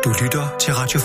Du lytter til Radio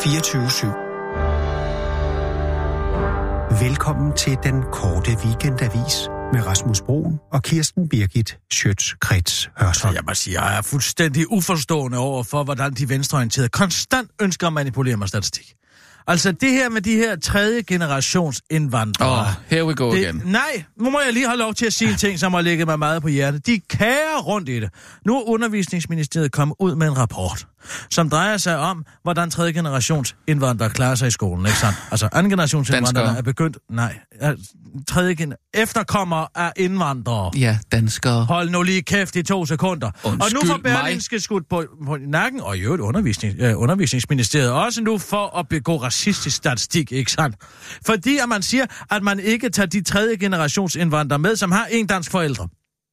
24/7. Velkommen til den korte weekendavis med Rasmus Broen og Kirsten Birgit Schøtz-Krets Hørsholm. Jeg må sige, jeg er fuldstændig uforstående over for, hvordan de venstreorienterede konstant ønsker at manipulere med statistik. Altså det her med de her tredje generations indvandrere. Here we go again. Nej, nu må jeg lige have lov til at sige en ting, som har ligget mig meget på hjertet. De kærer rundt i det. Nu er Undervisningsministeriet kommet ud med en rapport, som drejer sig om, hvordan tredje generations indvandrere klarer sig i skolen, ikke sandt? Altså anden generations indvandrere er begyndt... Nej, efterkommere af indvandrere. Ja, danskere. Hold nu lige kæft i 2 sekunder. Undskyld og nu får Berlingske skudt på nakken, og i øvrigt Undervisningsministeriet også nu for at begå racistisk statistik, ikke sandt? Fordi at man siger, at man ikke tager de tredje generations indvandrere med, som har en dansk forældre.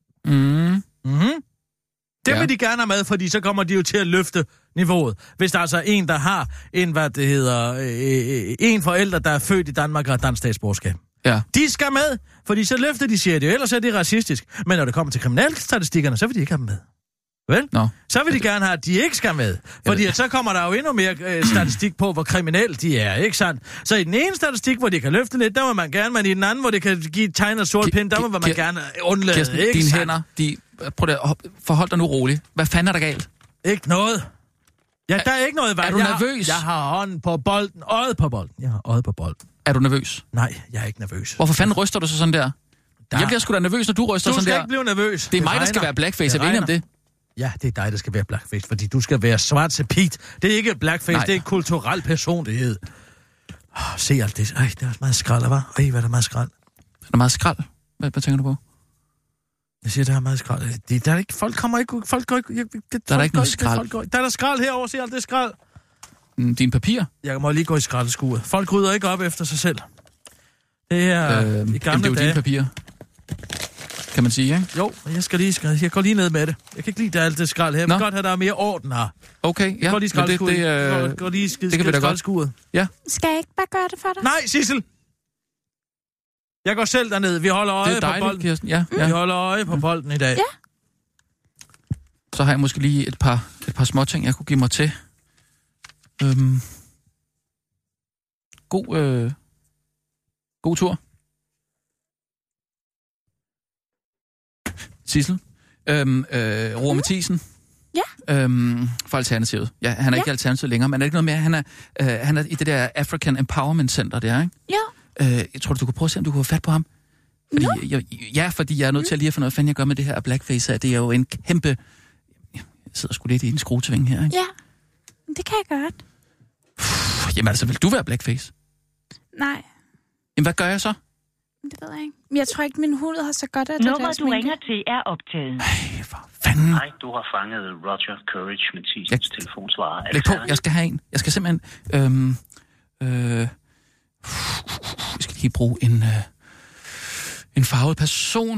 Det vil de gerne have med, fordi så kommer de jo til at løfte niveauet. Hvis der altså er en, der har en forælder, der er født i Danmark og har dansk statsborgerskab. Ja. De skal med, fordi så løfter de, siger det jo, ellers er det racistisk. Men når det kommer til kriminalstatistikkerne, så vil de ikke have dem med. Vel? No. Så vil de gerne have, at de ikke skal med. Fordi at så kommer der jo endnu mere statistik på, hvor kriminelle de er, ikke sandt? Så i den ene statistik, hvor de kan løfte lidt, der må man gerne, men i den anden, hvor det kan give tegn og sort pind, der må man gerne undlade, Kirsten, ikke dine sandt? hænder, prøv at forhold dig nu roligt. Hvad fanden er der galt? Ikke noget. Ja, der er ikke noget vej. Er du nervøs? Jeg har hånden på bolden, øjet på bolden. Jeg har øjet på bolden. Er du nervøs? Nej, jeg er ikke nervøs. Hvorfor fanden ryster du så sådan der? Jeg bliver sgu da nervøs, når du ryster sådan der. Du skal ikke blive nervøs. Det er mig, der skal være blackface. Er vi enige om det? Ja, det er dig, der skal være blackface, fordi du skal være svart til Pete. Det er ikke blackface, det er en kulturel personlighed. Se alt det. Ej, det er meget skrald, hva'? Ej, hvad er der meget skrald? Er der meget skrald? Hvad tænker du på? Jeg siger, der er meget skrald. Der er ikke, folk kommer ikke... Folk går ikke... Der er ikke noget skrald. Der er der skrald herovre, se alt det skrald. Din papir? Jeg må lige gå i skraldeskuret. Folk rydder ikke op efter sig selv. Det er i gamle dage. Det er jo dine papirer. Kan man sige, ikke? Jo, jeg går lige ned med det. Jeg kan ikke lide, der er alt det skrald her. Jeg vil godt have, der er mere orden her. Okay, ja. Gå lige skraldeskuret. Gå lige skraldeskuret. Ja. Skal jeg ikke bare gøre det for dig? Nej, Sissel! Jeg går selv derned. Vi holder øje på bolden. Kirsten. Ja. Vi holder øje på bolden i dag. Ja. Så har jeg måske lige et par små ting, jeg kunne give mig til. God tur. Sissel. Roar Mathisen. Ja. For Alternativet. Ja, han er ikke Alternativet længere, men er det ikke noget mere? Han er i det der African Empowerment Center, der, ikke? Ja. Jeg tror, du kunne prøve at se, om du kunne få fat på ham. Fordi, fordi jeg er nødt til at lige at finde noget, hvad jeg gør med det her blackface. Det er jo en kæmpe... Jeg sidder sgu lidt i en skruetving her, ikke? Ja, det kan jeg godt. Jamen altså, vil du være blackface? Nej. Jamen, hvad gør jeg så? Det ved jeg ikke. Men jeg tror ikke, min hud har så godt af det. Nummeret, du ringer til, er optaget. Ej, for fanden. Hej, du har fanget Roger Courage Mathisens telefonsvarer. Læg på, jeg skal have en. Jeg skal simpelthen... vi skal lige bruge en farvet person.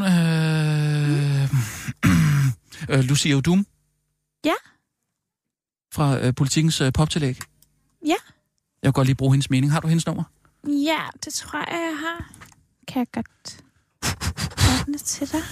Lucia Odum. Ja. Fra Politikens poptillæg. Ja. Jeg vil godt lige bruge hendes mening. Har du hendes nummer? Ja, det tror jeg har. Kan jeg godt ordne til dig.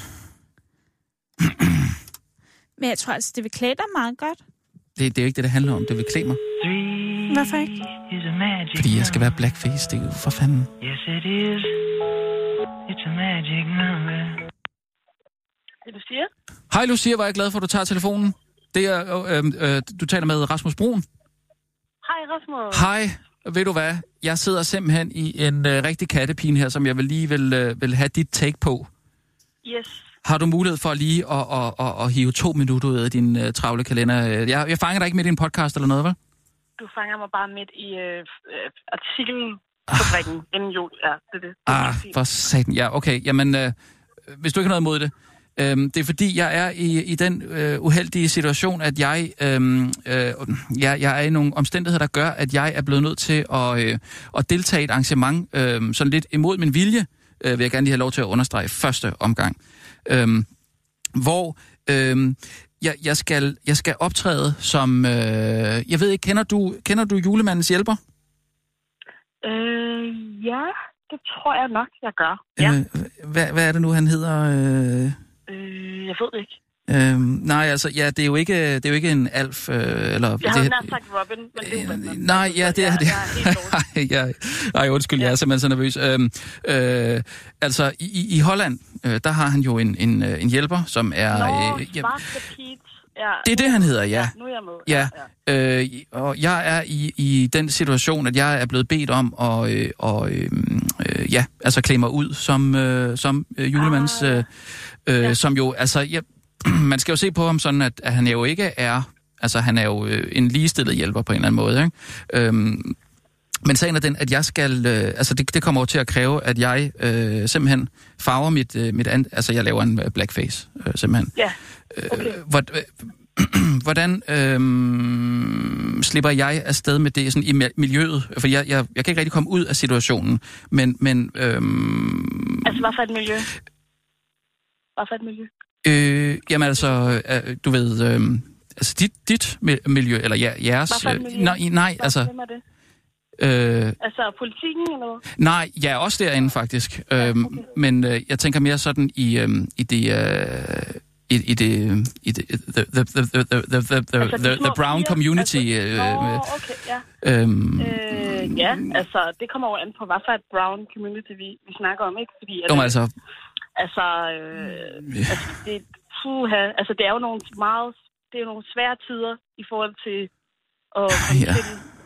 Men jeg tror altså, det vil klæde dig meget godt. Det er jo ikke det handler om. Det vil klæde mig. Hvorfor ikke? Fordi jeg skal være blackface. Det er jo for fanden. Yes, it is. It's a magic number. Det Lucia? Hej Lucia, hvor er jeg glad for, at du tager telefonen. Det er, du taler med Rasmus Broen. Hej Rasmus. Hej. Ved du hvad? Jeg sidder simpelthen i en rigtig kattepine her, som jeg vil have dit take på. Yes. Har du mulighed for lige at hive 2 minutter ud af din travle kalender? Jeg fanger dig ikke midt i en podcast eller noget, vel? Du fanger mig bare midt i artikelfabrikken inden jul. Ja, det er det. For satan. Ja, okay. Jamen, hvis du ikke har noget imod det. Det er fordi, jeg er i den uheldige situation, at jeg er i nogle omstændigheder, der gør, at jeg er blevet nødt til at deltage i et arrangement sådan lidt imod min vilje, vil jeg gerne lige have lov til at understrege første omgang. Hvor jeg skal optræde som... jeg ved ikke, kender du Julemandens hjælper? Ja, det tror jeg nok, jeg gør. Ja. Hvad er det nu, han hedder? Jeg ved det ikke. Nej, altså, ja, det er jo ikke en alf, eller... Jeg havde nær sagt Robin, men det er jo Batman. Nej, ja, det er det. Nej, undskyld, jeg er simpelthen så nervøs. Altså, i Holland, der har han jo en hjælper, som er... Svarte Pete. Ja, det er det, han hedder, ja. Nu er jeg med. Ja. Og jeg er i den situation, at jeg er blevet bedt om at klæde mig ud som julemands... Som jo, altså... Man skal jo se på ham sådan, at han jo ikke er... Altså, han er jo en ligestillet hjælper på en eller anden måde, ikke? Men sagen er den, at jeg skal... det kommer over til at kræve, at jeg simpelthen farver mit altså, jeg laver en blackface, simpelthen. Ja, okay. Hvordan slipper jeg afsted med det sådan i miljøet? For jeg kan ikke rigtig komme ud af situationen, men altså, hvad for et miljø? Hvad for et miljø? Jamen altså, du ved, altså dit miljø, eller jeres... Nej, altså... Hvem er det? Altså politikken, eller hvad? Nej, jeg er også derinde, faktisk. Okay. Men jeg tænker mere sådan i the brown community. Okay, ja. Ja, altså, det kommer jo an på, hvad for et brown community vi snakker om, ikke? Fordi, det er jo nogle svære tider i forhold til at komme til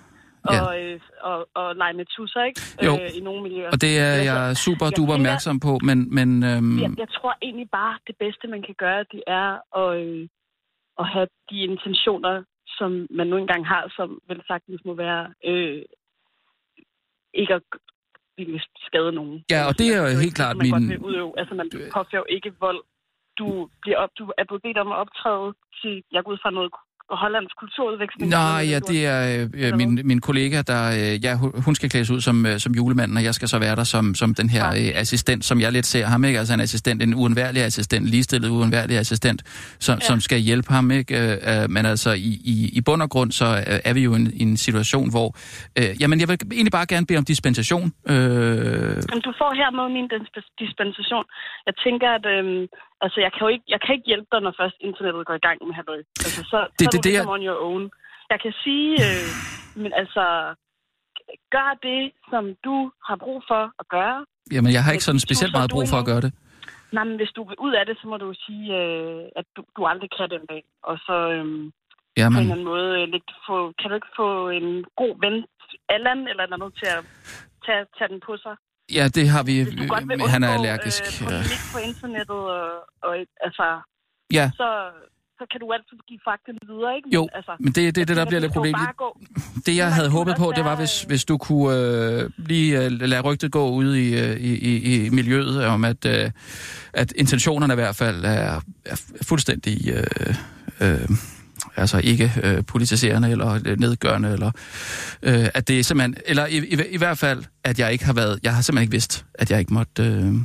og lege med tusser, ikke? I nogle miljøer. Og det er jeg super duper opmærksom på, men jeg tror egentlig bare, det bedste, man kan gøre, det er at have de intentioner, som man nu engang har, som vel sagtens må være ikke at skade nogen. Ja, og det er jo helt klart man godt vil udøve. Altså, man påfører jo ikke vold. Du er blevet bedt om at optræde til, jeg går ud fra noget hollandsk kulturudveksling. Nej, ja, det er min kollega, hun skal klædes ud som julemanden, og jeg skal så være der som den her assistent, som jeg lidt ser ham, ikke? Altså en assistent, en uundværlig assistent, ligestillet uundværlig assistent, som skal hjælpe ham, ikke? Men altså i bund og grund, så er vi jo i en situation, hvor jamen, jeg vil egentlig bare gerne bede om dispensation. Men du får hermed min dispensation. Jeg tænker, at altså, jeg kan ikke hjælpe dig, når først internettet går i gang med halløj. Altså, så det on your own. Jeg kan sige, men altså, gør det, som du har brug for at gøre. Jamen, jeg har ikke sådan specielt meget brug for at gøre det. Nej, men hvis du vil ud af det, så må du jo sige, at du aldrig kan den dag. Og så på en eller anden måde, kan du ikke få en god ven, Allan, eller noget til at tage den på sig? Ja, det har vi. Han er allergisk. Polemik på internettet, og altså... Ja. Så kan du altid give fakterne videre, ikke? Jo, altså, men det er det, der bliver lidt problem. Det, jeg havde håbet på, det var, hvis du kunne lige lade rygtet gå ud i miljøet, om at intentionerne i hvert fald er fuldstændig... altså ikke politiserende eller nedgørende, eller at det er simpelthen... Eller i hvert fald, at jeg ikke har været... Jeg har simpelthen ikke vidst, at jeg ikke måtte...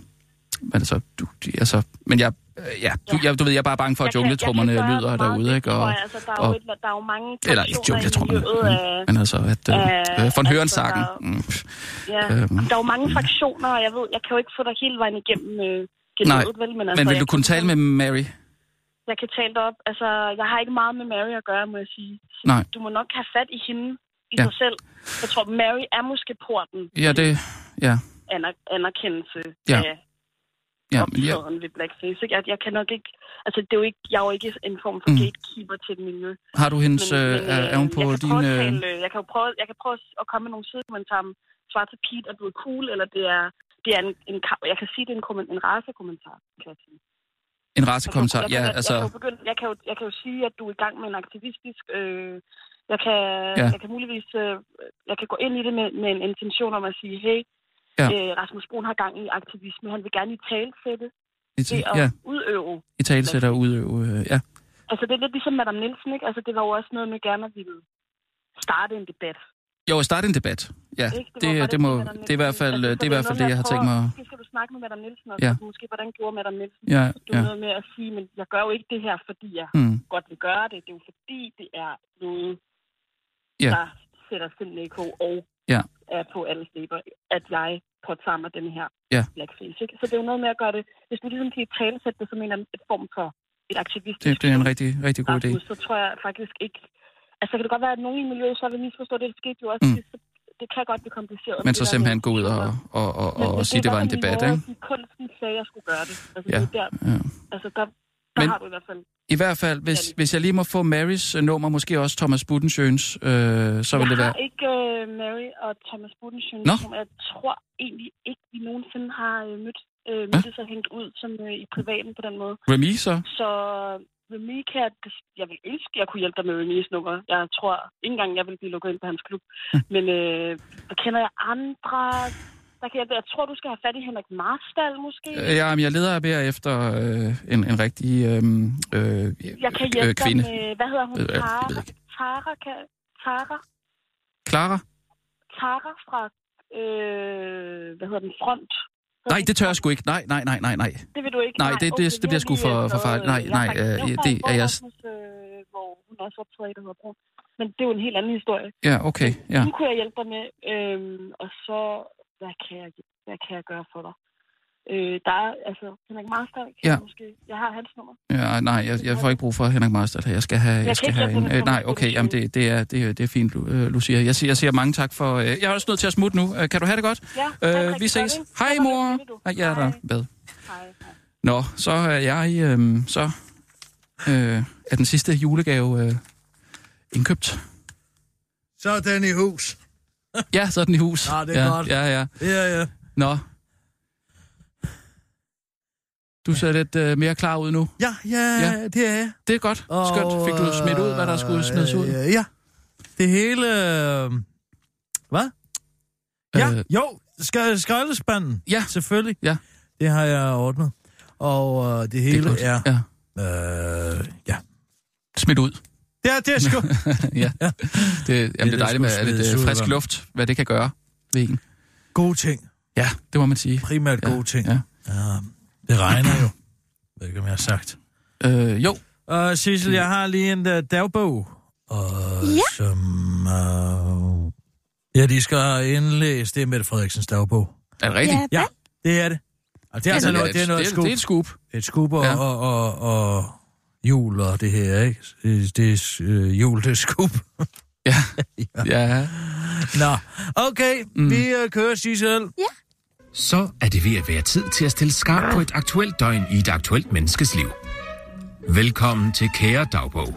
men jeg... du ved, jeg er bare bange for, at jungletrummerne lyder derude, ikke? Og der er jo mange... Eller ikke jungletrummerne, men altså, at... von Hørensagen. Der er jo mange fraktioner, og jeg kan jo ikke få dig hele vejen igennem genedet, vel? Men vil du kunne tale med Mary? Jeg kan tale dig op. Altså, jeg har ikke meget med Mary at gøre, må jeg sige. Så nej. Du må nok have fat i hende i sig selv. Jeg tror, Mary er måske porten. Ja, det... Ja. Anerkendelse af optræden ved blackface. Jeg kan nok ikke... Altså, det er jo ikke... Jeg er jo ikke en form for gatekeeper til et miljø. Har du hendes... er hun på din... Jeg kan prøve at komme med nogle sidekommentarer om Svarte Pete, at du er cool, eller det er jeg kan sige, det er en racekommentar, kan jeg sige. En racekommentar, ja, altså... Jeg kan jo sige, at du er i gang med en aktivistisk... Jeg kan muligvis... jeg kan gå ind i det med en intention om at sige, hey, Rasmus Bruun har gang i aktivisme. Han vil gerne i talesætte det at udøve. I talesætte og udøve, ja. Altså, det er lidt ligesom Madame Nielsen, ikke? Altså, det var jo også noget med gerne at ville starte en debat. Jo, starte en debat. Ja, det er i hvert fald det, jeg har tænkt mig. Måske skal du snakke med Madame Nielsen, og måske hvordan gjorde Madame Nielsen. Du er noget med at sige, men jeg gør jo ikke det her, fordi jeg godt vil gøre det. Det er jo fordi, det er noget, der sætter simpelthen ikke og er på alles læber, at jeg påtager mig den her blackface. Ikke? Så det er jo noget med at gøre det, hvis du ligesom kan talesætte det som en form for et aktivistisk... Det er en rigtig, rigtig god idé. Så tror jeg faktisk ikke... Altså, kan det godt være, at nogen i miljøet så vil misforstå det. Det skete jo også sidst. Det kan godt blive kompliceret. Men så simpelthen gå ud og sige, det var en debat, ikke? Men kunsten sagde, at jeg skulle gøre det. Altså, det er der, altså, der har du i hvert fald... I hvert fald, hvis jeg lige må få Marys nummer, måske også Thomas Budensjøens, så vil det være... Jeg har ikke Mary og Thomas Budensjøens, som jeg tror egentlig ikke, vi nogensinde har mødt. Mødtes og hængt ud som i privaten på den måde. Remy så? Så Remy kan jeg vil ønske, at jeg kunne hjælpe dig med Remys nummer. Jeg tror ikke engang, jeg vil blive lukket ind på hans klub. Men der kender jeg andre... Jeg tror, du skal have fat i Henrik Marstal, måske? Ja, men jeg leder mere efter en rigtig jeg kan hjælpe kvinde. Dig med, hvad hedder hun? Tara? Clara? Tara fra, hvad hedder den, Front? Nej, det tør jeg sgu ikke. Nej. Det vil du ikke? Nej, det bliver sgu for fejl. Nej, det er jeg... Hvor hun også optræder i, der hedder Brun. Men det er jo en helt anden historie. Ja, okay. Ja. Nu kunne jeg hjælpe dig med, og så... Hvad kan jeg gøre for dig? Der er, altså, Henrik Marstal, måske. Jeg har hans nummer. Ja, nej, jeg får ikke brug for Henrik Marstal her. Jeg skal have en... nej, okay, jamen det er fint, Lucia. Jeg siger mange tak for... jeg er også nødt til at smutte nu. Kan du have det godt? Ja, vi ses. Hej, mor. Ja, der bad. Hej. Nå, så er jeg... er den sidste julegave indkøbt. Så er den i hus. Ja, så er den i hus. Ja, det er godt. Ja. Nå. Du ser lidt mere klar ud nu. Ja, det er jeg. Det er godt. Skønt. Fik du smidt ud, hvad der skulle smides ud? Ja. Det hele... Hvad? Jo, skraldespanden. Ja. Selvfølgelig. Ja. Det har jeg ordnet. Og det hele er... Smidt ud. Ja, det er sgu. Ja. Det er dejligt med lidt frisk luft, hvad det kan gøre ved en. Gode ting. Ja, det må man sige. Primært gode ting. Ja. Det regner jo. Jeg ved ikke, om jeg har sagt. Jo. Og Sissel, jeg har lige en dagbog, som... de skal indlæse. Det er Mette Frederiksens dagbog. Er det rigtigt? Ja, det er det. Og det er altså noget, det er scoop. Det er et scoop. Et scoop og jul og det her, ikke? Det er jul, det er scoop. Ja. Nå, okay. Vi kører, Sissel. Ja. Så er det ved at være tid til at stille skarpt på et aktuelt døgn i et aktuelt menneskes liv. Velkommen til Kære Dagbog.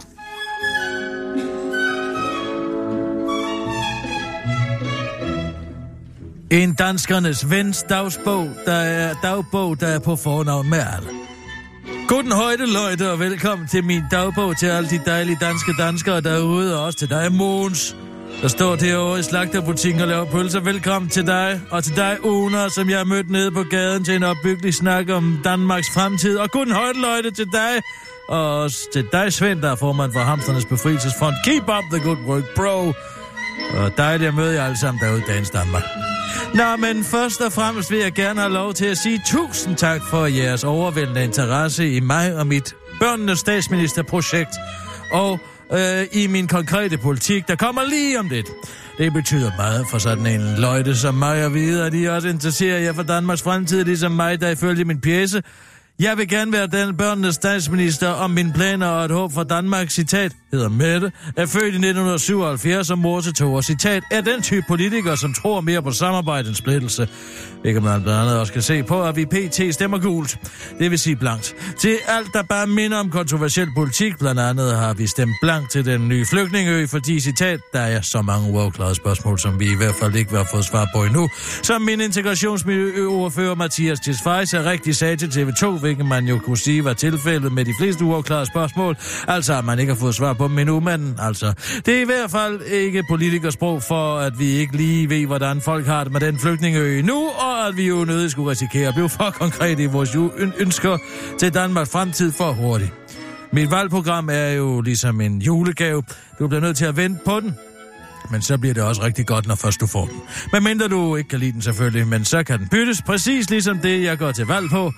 En danskernes vens dagbog, der er på fornavn med alle. Guten højde, løjde, og velkommen til min dagbog til alle de dejlige danskere derude, og også til dig, Måns, der står derovre i slagterbutikken og laver pølser. Velkommen til dig, og til dig, Una, som jeg har mødt nede på gaden til en opbyggelig snak om Danmarks fremtid. Og guten højde, løjde, til dig, og også til dig, Svend, der er formand for Hamsternes Befrielsesfond. Keep up the good work, bro. Og dejligt at møde jer alle sammen derude i dagens Danmark. Nå, men først og fremmest vil jeg gerne have lov til at sige tusind tak for jeres overvældende interesse i mig og mit børnenes statsministerprojekt og i min konkrete politik, der kommer lige om lidt. Det betyder meget for sådan en løjde som mig at vide, at I også interesserer jer for Danmarks fremtid, ligesom mig, der ifølge min pjece. Jeg vil gerne være den børnenes statsminister, om mine planer og et håb for Danmark, citat, hedder Mette, er født i 1977 som mor til 2 år, citat, er den type politiker, som tror mere på samarbejde end splittelse. Hvilket man blandt andet også kan se på, at vi pt. Stemmer gult. Det vil sige blankt. Til alt, der bare minder om kontroversiel politik, blandt andet har vi stemt blankt til den nye flygtningeø, fordi, citat, der er så mange uafklarede spørgsmål, som vi i hvert fald ikke har fået svar på endnu. Som min integrationsmiljøordfører Mathias Tesfaye rigtig sagde til TV2, hvilket man jo kunne sige var tilfældet med de fleste uafklarede spørgsmål. Altså, at man ikke har fået svar på dem endnu, men altså, det er i hvert fald ikke politikersprog for, at vi ikke lige ved, hvordan folk har det med den flygtningeø nu, og at vi jo nødigt skulle risikere at blive for konkrete i vores ønsker til Danmarks fremtid for hurtigt. Mit valgprogram er jo ligesom en julegave. Du bliver nødt til at vente på den, men så bliver det også rigtig godt, når først du får den. Medmindre du ikke kan lide den selvfølgelig, men så kan den byttes præcis ligesom det, jeg går til valg på.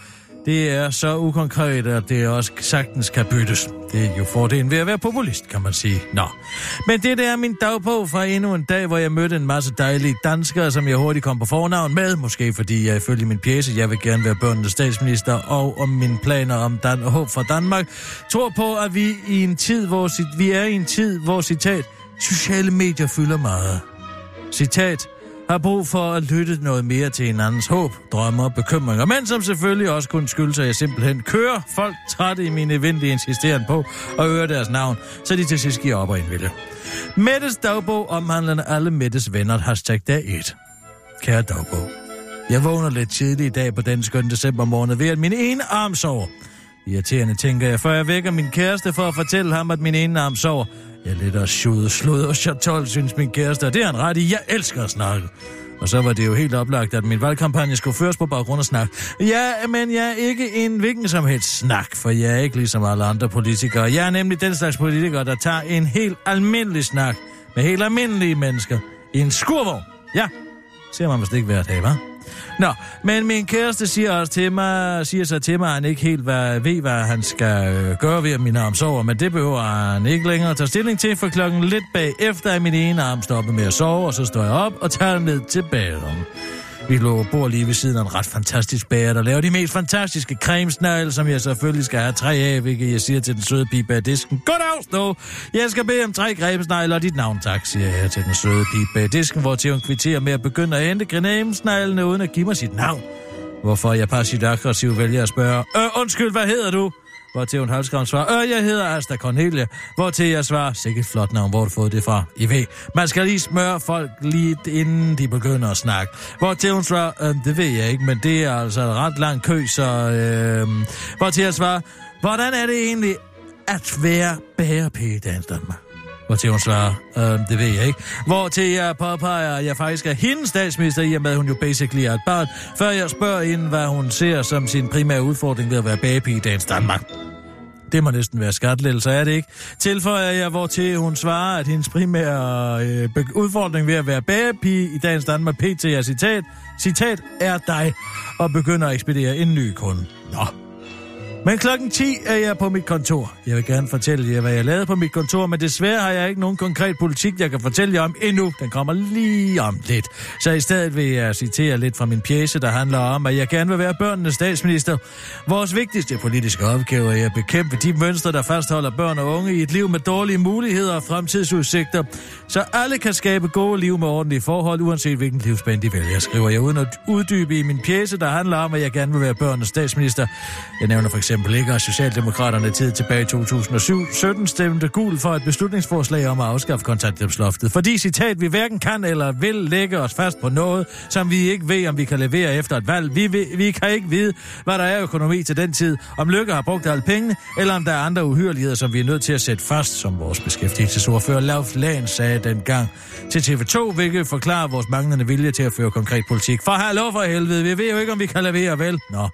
Det er så ukonkret, at det også sagtens kan byttes. Det er jo fordelen ved at være populist, kan man sige. Nå. Men det er min dagbog fra endnu en dag, hvor jeg mødte en masse dejlige danskere, som jeg hurtigt kom på fornavn med. Måske fordi jeg ifølge min pjece, jeg vil gerne være børnenes statsminister, og om mine planer om håb for Danmark, tror på, at vi er i en tid, hvor citat, sociale medier fylder meget. Citat, har brug for at lytte noget mere til hinandens håb, drømmer og bekymringer, men som selvfølgelig også kun skyldes, at jeg simpelthen kører folk trætte i min evindelige insisteren på at høre deres navn, så de til sidst giver op og indvælger. Mettes dagbog omhandlende alle Mettes venner, hashtag dag 1. Kære dagbog, jeg vågner lidt tidligt i dag på den skønne december måned ved, at min ene arm sover. Irriterende tænker jeg, før jeg vækker min kæreste for at fortælle ham, at min ene arm sover. Jeg er lidt af slud og chatol, synes min kæreste, og det er han ret i. Jeg elsker at snakke. Og så var det jo helt oplagt, at min valgkampagne skulle føres på baggrund af snak. Ja, men jeg er ikke en hvilken som helst snak, for jeg er ikke ligesom alle andre politikere. Jeg er nemlig den slags politiker, der tager en helt almindelig snak med helt almindelige mennesker i en skurvogn. Ja, ser man vist ikke hver dag, hva'? Nå, men min kæreste siger så til mig, at han ikke helt ved, hvad han skal gøre ved, at min arm sover, men det behøver han ikke længere at tage stilling til, for klokken lidt bagefter er min ene arm stoppet med at sove, og så står jeg op og tager ned til bageren. Vi bor lige ved siden af en ret fantastisk bager, der laver de mest fantastiske cremesnegle, som jeg selvfølgelig skal have 3 af, hvilket jeg siger til den søde pige bag disken. Goddag, stå! Jeg skal bede om 3 cremesnegle og dit navn, tak, siger jeg til den søde pige bag disken, hvor til hun kvitterer med at begynde at hente cremesneglene uden at give mig sit navn. Hvorfor jeg passivt aggressivt vælger at spørge, undskyld, hvad hedder du? Hvortil hun halvskræmt svarer, jeg hedder Asta Cornelia. Hvortil jeg svarer, sikkert flot navn, hvor du fået det fra? I ved, man skal lige smøre folk lige inden de begynder at snakke. Hvortil hun svarer, det ved jeg ikke, men det er altså et ret lang kø, så... Hvortil jeg svarer, hvordan er det egentlig at være bærepige i dagens Danmark? Hvortil hun svarer, det ved jeg ikke. Hvortil jeg påpeger, at jeg faktisk er hendes statsminister, i og med, at hun jo basically er et barn, før jeg spørger hende, hvad hun ser som sin primære udfordring ved at være bagepige i dagens Danmark. Det må næsten være skattelettelser, er det ikke? Tilføjer jeg, hvortil hun svarer, at hendes primære udfordring ved at være bagepige i dagens Danmark, pt. er citat, er dig, og begynder at ekspedere en ny kunde. Nå. Men klokken 10 er jeg på mit kontor. Jeg vil gerne fortælle jer, hvad jeg lavede på mit kontor, men desværre har jeg ikke nogen konkret politik, jeg kan fortælle jer om endnu. Den kommer lige om lidt. Så i stedet vil jeg citere lidt fra min pjece, der handler om, at jeg gerne vil være børnenes statsminister. Vores vigtigste politiske opgave er at bekæmpe de mønstre, der fastholder børn og unge i et liv med dårlige muligheder og fremtidsudsigter, så alle kan skabe gode liv med ordentlige forhold, uanset hvilken livsbane de vælger, skriver jeg uden at uddybe i min pjece, der handler om, at jeg gerne vil være børnenes statsminister. Jeg nævner for eksempel ikke, at Socialdemokraterne tid tilbage i 2017 stemte gul for et beslutningsforslag om at afskaffe kontanthjælpsloftet. Fordi, citat, vi hverken kan eller vil lægge os fast på noget, som vi ikke ved, om vi kan levere efter et valg. Vi kan ikke vide, hvad der er økonomi til den tid, om Løkke har brugt alle pengene, eller om der er andre uhyreligheder, som vi er nødt til at sætte fast, som vores beskæftigelsesordfører Lauf Lahn sagde dengang til TV2, hvilket forklarer vores manglende vilje til at føre konkret politik. For hallo for helvede, vi ved jo ikke, om vi kan levere, vel? Nå.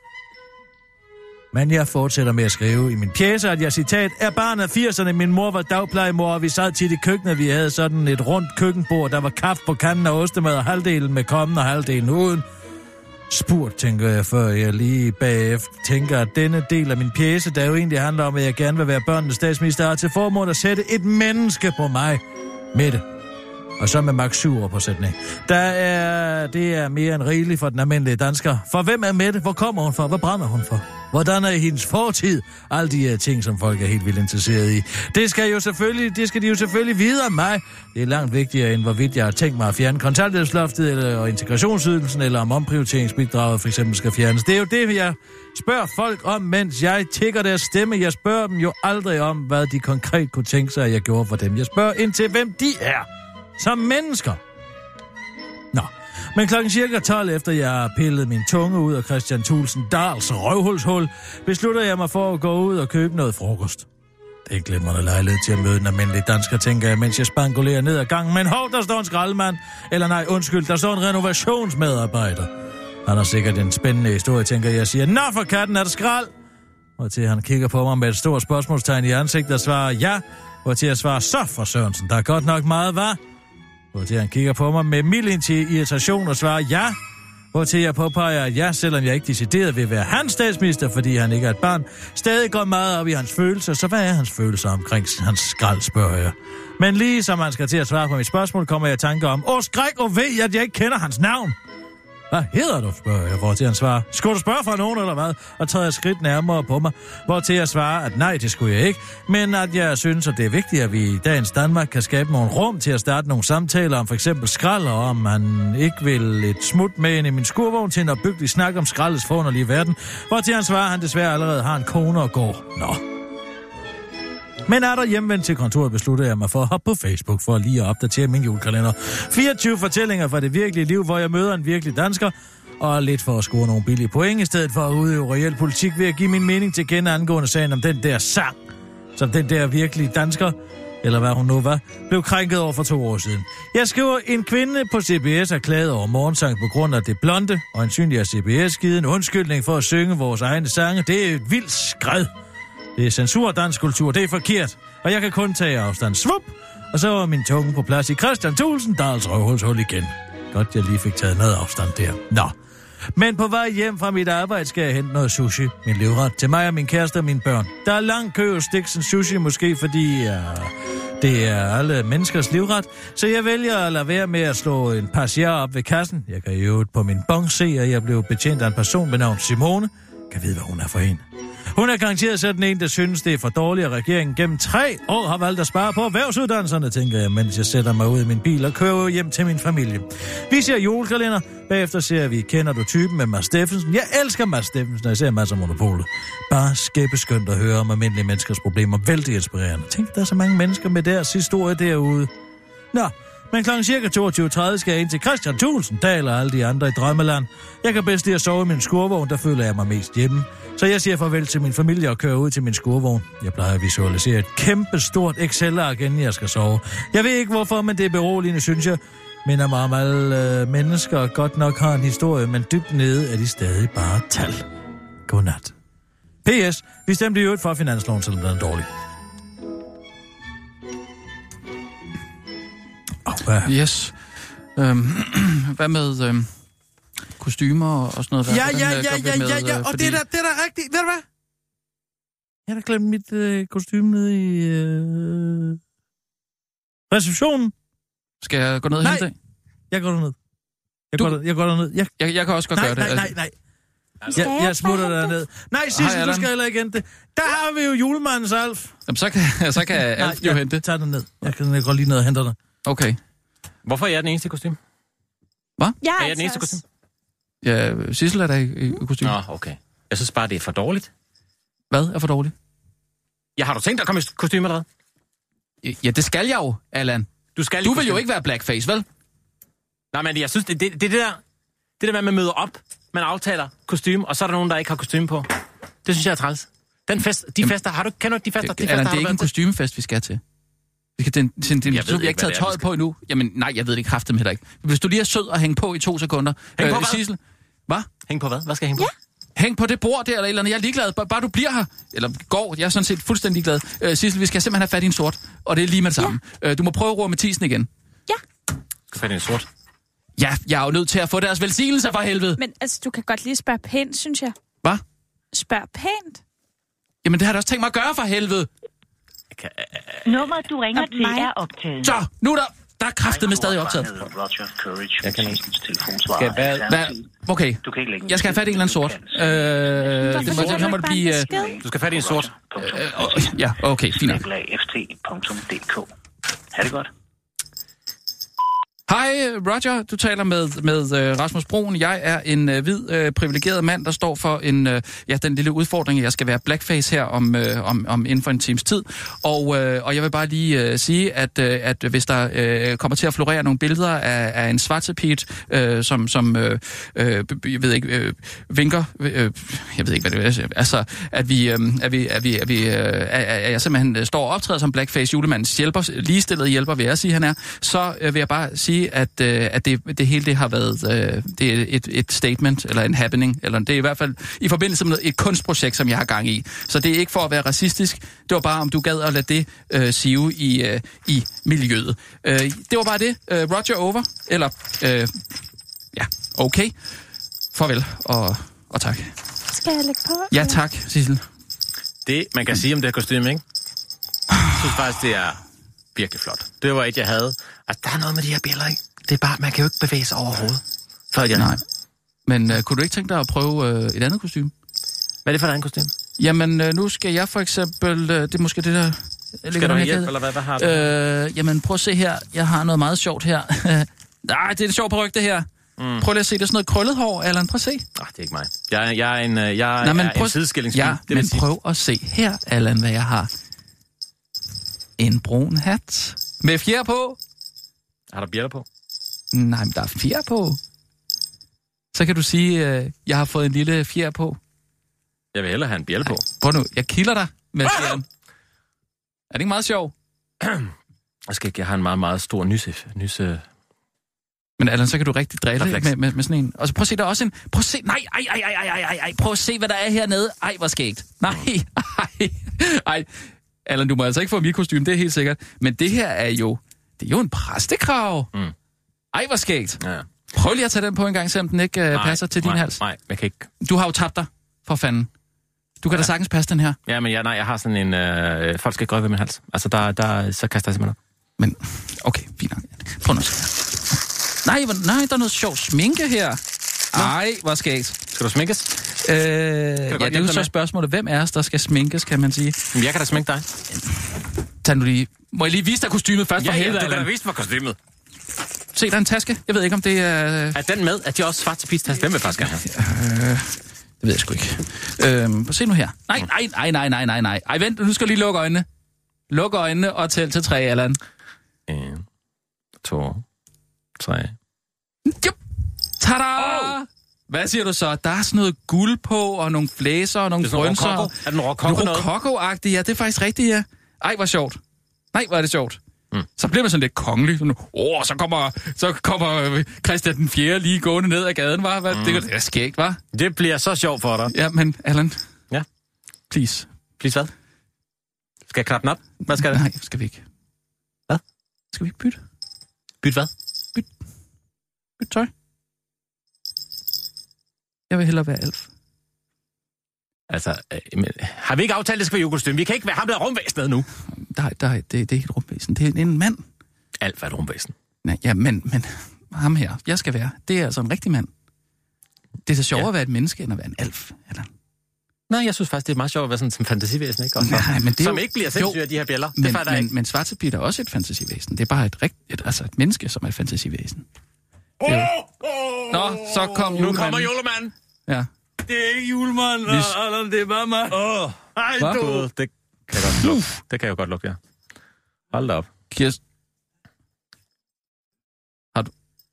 Men jeg fortsætter med at skrive i min pjece, at jeg, citat, er barn af 80'erne. Min mor var dagplejemor, og vi sad tit i køkkenet. Vi havde sådan et rundt køkkenbord. Der var kaffe på kanden og ostemad, og halvdelen med kommen og halvdelen uden. Spurgt, tænker jeg, før jeg lige bagefter tænker, at denne del af min pjece, der jo egentlig handler om, at jeg gerne vil være børnenes statsminister, har til formål at sætte et menneske på mig. Mette. Og så med maks 7 år på sætning. Det er mere end rigeligt for den almindelige dansker. For hvem er Mette? Hvor kommer hun fra? Hvad brænder hun for? Hvordan er hendes fortid? Alle de her ting, som folk er helt vildt interesseret i. Det skal de jo selvfølgelig vide om mig. Det er langt vigtigere, end hvorvidt jeg har tænkt mig at fjerne kontanthjælpsloftet eller integrationsydelsen, eller om omprioriteringsbidraget for eksempel skal fjernes. Det er jo det, jeg spørger folk om, mens jeg tigger deres stemme. Jeg spørger dem jo aldrig om, hvad de konkret kunne tænke sig, at jeg gjorde for dem. Jeg spørger ind til, hvem de er. Som mennesker. Nå, men klokken cirka 12 efter jeg har pillet min tunge ud af Christian Thulesen Dahls røvhulshul, beslutter jeg mig for at gå ud og købe noget frokost. Det er en glimrende lejlighed til at møde den almindelige dansker, tænker jeg, mens jeg spangulerer ned ad gangen. Men hov, der står en skraldemand. Eller nej, undskyld, der står en renovationsmedarbejder. Han har sikkert en spændende historie, tænker jeg. Siger, nå for katten, er der skrald? Og til han kigger på mig med et stort spørgsmålstegn i ansigtet og svarer ja. Og til jeg svarer, så for Sørensen, der er godt nok meget, hva'? Og til han kigger på mig med mild irritation og svarer ja. Hvortil jeg påpeger, at jeg, selvom jeg ikke decideret vil være hans statsminister, fordi han ikke er et barn, stadig går meget op i hans følelser. Så hvad er hans følelser omkring hans skrald, spørger jeg. Men lige som han skal til at svare på mit spørgsmål, kommer jeg i tanke om, skræk og ved, at jeg ikke kender hans navn. Hvad hedder du, spørger jeg, hvortil han svarer. Skulle du spørge fra nogen eller hvad? Og træder et skridt nærmere på mig, hvortil jeg svarer, at nej, det skulle jeg ikke. Men at jeg synes, at det er vigtigt, at vi i dagens Danmark kan skabe nogle rum til at starte nogle samtaler om for eksempel skrald, og om man ikke vil et smut med ind i min skurvogn til en opbyggelig snak om skraldets forunderlige verden, hvortil han svarer, at han desværre allerede har en kone og går. Nå. Men er der hjemvendt til kontoret, beslutter jeg mig for at hoppe på Facebook for lige at opdatere min julekalender. 24 fortællinger fra det virkelige liv, hvor jeg møder en virkelig dansker, og lidt for at score nogle billige point, i stedet for at udøve reel politik ved at give min mening til kende angående sagen om den der sang, som den der virkelige dansker, eller hvad hun nu var, blev krænket over for 2 år siden. Jeg skriver, en kvinde på CBS er klaget over morgensang på grund af det blonde, og ansynlig er CBS givet en undskyldning for at synge vores egne sange. Det er et vildt skred. Det er censur af dansk kultur, det er forkert. Og jeg kan kun tage afstand. Svup! Og så var min tunge på plads i Christian Thulesen Dahls røvhulshul igen. Godt, jeg lige fik taget noget afstand der. Nå. Men på vej hjem fra mit arbejde skal jeg hente noget sushi. Min livret til mig og min kæreste og mine børn. Der er lang kø og Stiksen sushi, måske fordi det er alle menneskers livret. Så jeg vælger at lade være med at slå en passier op ved kassen. Jeg kan jo på min bong se, at jeg blev betjent af en person med navn Simone. Kan vide, hvad hun er for en. Hun er garanteret sådan en, der synes, det er for dårligt, at regeringen gennem 3 år har valgt at spare på erhvervsuddannelserne, tænker jeg, mens jeg sætter mig ud i min bil og kører hjem til min familie. Vi ser julekalender. Bagefter ser vi Kender du typen med Mads Steffensen. Jeg elsker Mads Steffensen, og jeg ser masser af Monopolet. Bare skæbeskønt at høre om almindelige menneskers problemer. Vældig inspirerende. Tænk, der er så mange mennesker med deres historie derude. Nå. Men klokken cirka 22.30 skal jeg ind til Christian Thulesen Dahl og alle de andre i Drømmeland. Jeg kan bedst lide at sove i min skurvogn, der føler jeg mig mest hjemme. Så jeg siger farvel til min familie og kører ud til min skurvogn. Jeg plejer at visualisere et kæmpe stort Excel-ark, inden jeg skal sove. Jeg ved ikke hvorfor, men det er beroligende, synes jeg. Minder mig om alle mennesker godt nok har en historie, men dybt nede er de stadig bare tal. Godnat. P.S. Vi stemte i øvrigt for finansloven, selvom den er dårlig. Yes. Hvad med kostymer og sådan noget? Ja. Og det er da rigtigt. Ved du hvad? Jeg har glemt mit kostyme nede i receptionen. Skal jeg gå ned og hente det? Jeg går derned. Jeg går derned. Jeg kan også godt gøre det. Nej. Jeg smutter derned. Nej, Sissel, du skal heller ikke hente det. Der har vi jo julemandens Alf. Jamen, så kan Alf jo hente. Tag den ned. Jeg går lige ned og henter det. Okay. Hvorfor er jeg den eneste kostume? Hvad? Er jeg den eneste kostume? Ja, Sissel er der i kostume. Nå, okay. Jeg synes bare, det er for dårligt. Hvad er for dårligt? Ja, har du tænkt dig at komme i kostume eller hvad? Ja, det skal jeg jo, Allan. Du vil jo ikke være blackface, vel? Nej, men jeg synes, det der med, at man møder op, man aftaler kostume, og så er der nogen, der ikke har kostume på. Det synes jeg er træls. Den fest, fester, kender du ikke de fester? Allan, det er ikke en kostumefest, vi skal til. Vi har ikke taget tøjet på endnu. Jamen, nej, jeg ved det kraftedeme heller ikke. Hvis du lige er sød og hænge på i 2 sekunder. Hæng på hvad? Sissel. Hvad? Hæng på hvad? Hvad skal jeg hænge på? Ja. Hæng på det bord der, eller et eller andet. Jeg er ligeglad. Bare du bliver her. Eller går. Jeg er sådan set fuldstændig glad. Sissel, vi skal simpelthen have fat i en sort. Og det er lige med det samme. Du må prøve at roe Mathisen igen. Ja. Skal fat i en sort? Ja, jeg er jo nødt til at få deres velsignelse for helvede. Men altså, du kan godt lige spørge pænt, synes jeg. Hvad? Spørg pænt. Jamen, det har jeg da også tænkt mig at gøre for helvede. Nummeret, du ringer til, er optaget. Så, nu der er kraftedeme stadig optaget. Roger Courage, jeg kan ikke. Okay, jeg skal have fat i en eller anden sort. Så må det blive... Du skal have fat i en sort. Ja, okay, fint. ft.dk. Ha' det godt. Hej Roger, du taler med Rasmus Broen. Jeg er en hvid, privilegeret mand, der står for den lille udfordring, jeg skal være blackface her om inden for en times tid. Og jeg vil bare lige sige, at hvis der kommer til at florere nogle billeder af en svartepige, som jeg ved ikke, vinker, jeg ved ikke, hvad det er, altså, at jeg simpelthen står og optræder som blackface julemandens hjælper, ligestillet hjælper, vil jeg sige, han er, så vil jeg bare sige, at det hele det har været det er et statement eller en happening, eller det er i hvert fald i forbindelse med et kunstprojekt, som jeg har gang i. Så det er ikke for at være racistisk, det var bare om du gad at lade det sive i miljøet. Det var bare det. Roger over, eller ja, okay. Farvel og tak. Skal jeg lægge på? Ja, tak, Sissel. Det, man kan sige om det her kostume, ikke? Jeg synes faktisk, det er virkelig flot. Det var et, jeg havde. Altså, der er noget med de her bjælder, ikke? Det er bare, man kan jo ikke bevæge sig overhovedet. Nej. Men kunne du ikke tænke dig at prøve et andet kostume? Hvad er det for et andet kostume? Jamen, nu skal jeg for eksempel... det er måske det der... Skal du have hjælp, eller hvad har du? Jamen, prøv at se her. Jeg har noget meget sjovt her. Nej, det er det sjovt på ryg, det her. Prøv lige at se, det er sådan noget krøllet hår, Allan. Prøv at se. Det er ikke mig. Jeg er en sideskillingsfilm. Ja, men prøv at se her, Allan, hvad jeg har. En brun hat. Med fjer på. Har der bjælder på? Nej, men der er fjer på. Så kan du sige, jeg har fået en lille fjer på. Jeg vil hellere have en bjælde på. Prøv nu, jeg kilder dig med fjeren. Er det ikke meget sjovt? Jeg har en meget, meget stor nyse. Men Allan, så kan du rigtig drille med sådan en. Og så prøv at se, der er også en... Prøv at se... Nej. Prøv at se, hvad der er hernede. Ej, hvor skægt. Nej. Allan, du må altså ikke få mit kostume, det er helt sikkert. Men det her er jo... Det er jo en præstekrav. Ej, hvor skægt. Ja. Prøv lige at tage den på en gang, selvom den ikke passer til din hals. Nej, jeg kan ikke. Du har jo tabt dig, for fanden. Du kan da sagtens passe den her. Ja, men jeg har sådan en... folk skal ikke røre ved min hals. Altså, så kaster jeg simpelthen op. Men, okay, fint nok. Prøv nu at se. Nej, der er noget sjovt sminke her. Ej, hvor skægt. Skal du sminkes? Ja, det er jo så spørgsmålet. Hvem er os, der skal sminkes, kan man sige? Men jeg kan da sminke dig. Tag nu lige... Må jeg lige vise dig kostymet først for helvede? Ja, du kan da vise mig kostymet. Se, der er en taske. Jeg ved ikke, om det er... Er den med? Er de også svart til pis-taske? Den vil faktisk gerne have. Det ved jeg sgu ikke. Se nu her. Nej. Ej, vent, nu skal jeg lige lukke øjnene. Luk øjnene og tæl til 3, Allan. 1, 2, 3. Jup. Tada! Hvad siger du så? Der er sådan noget guld på, og nogle flæser, og nogle grønser. Er den rokoko-agtig? Ja, det er faktisk rigtigt, ja. Ej, hvor sjovt. Nej, hvor er det sjovt. Så bliver man sådan lidt kongelig. Så kommer Christian den 4. lige gående ned ad gaden, var. Det er skægt, var. Det bliver så sjovt for dig. Ja, men Allan. Ja? Please. Please hvad? Skal jeg klappe den op? Hvad skal det? Nej, skal vi ikke. Hvad? Skal vi ikke bytte? Bytte hvad? Bytte tøj. Jeg vil hellere være Alf. Altså, har vi ikke aftalt, det skal være julekostyme? Vi kan ikke være ham, der er rumvæsenet nu. Nej, det er ikke et rumvæsen. Det er en mand. Alf er et rumvæsen. Nej, ja, men ham her, jeg skal være. Det er altså en rigtig mand. Det er så sjovere at være et menneske, end at være en alf, eller? Nej, jeg synes faktisk, det er meget sjovt at være sådan som fantasivæsen, ikke? Nej, men det som ikke bliver sindssygt af de her bjæller. Men Svartebit er også et fantasivæsen. Det er bare et menneske, som er et fantasivæsen. Nå, så kom julemanden. Nu kommer julemanden. Ja. Det er ikke julemanden, eller det er bare mig. Ej, du. Det kan jeg godt lukke. Det kan jeg jo godt lukke, ja. Hold da op. Kirsten. Har du...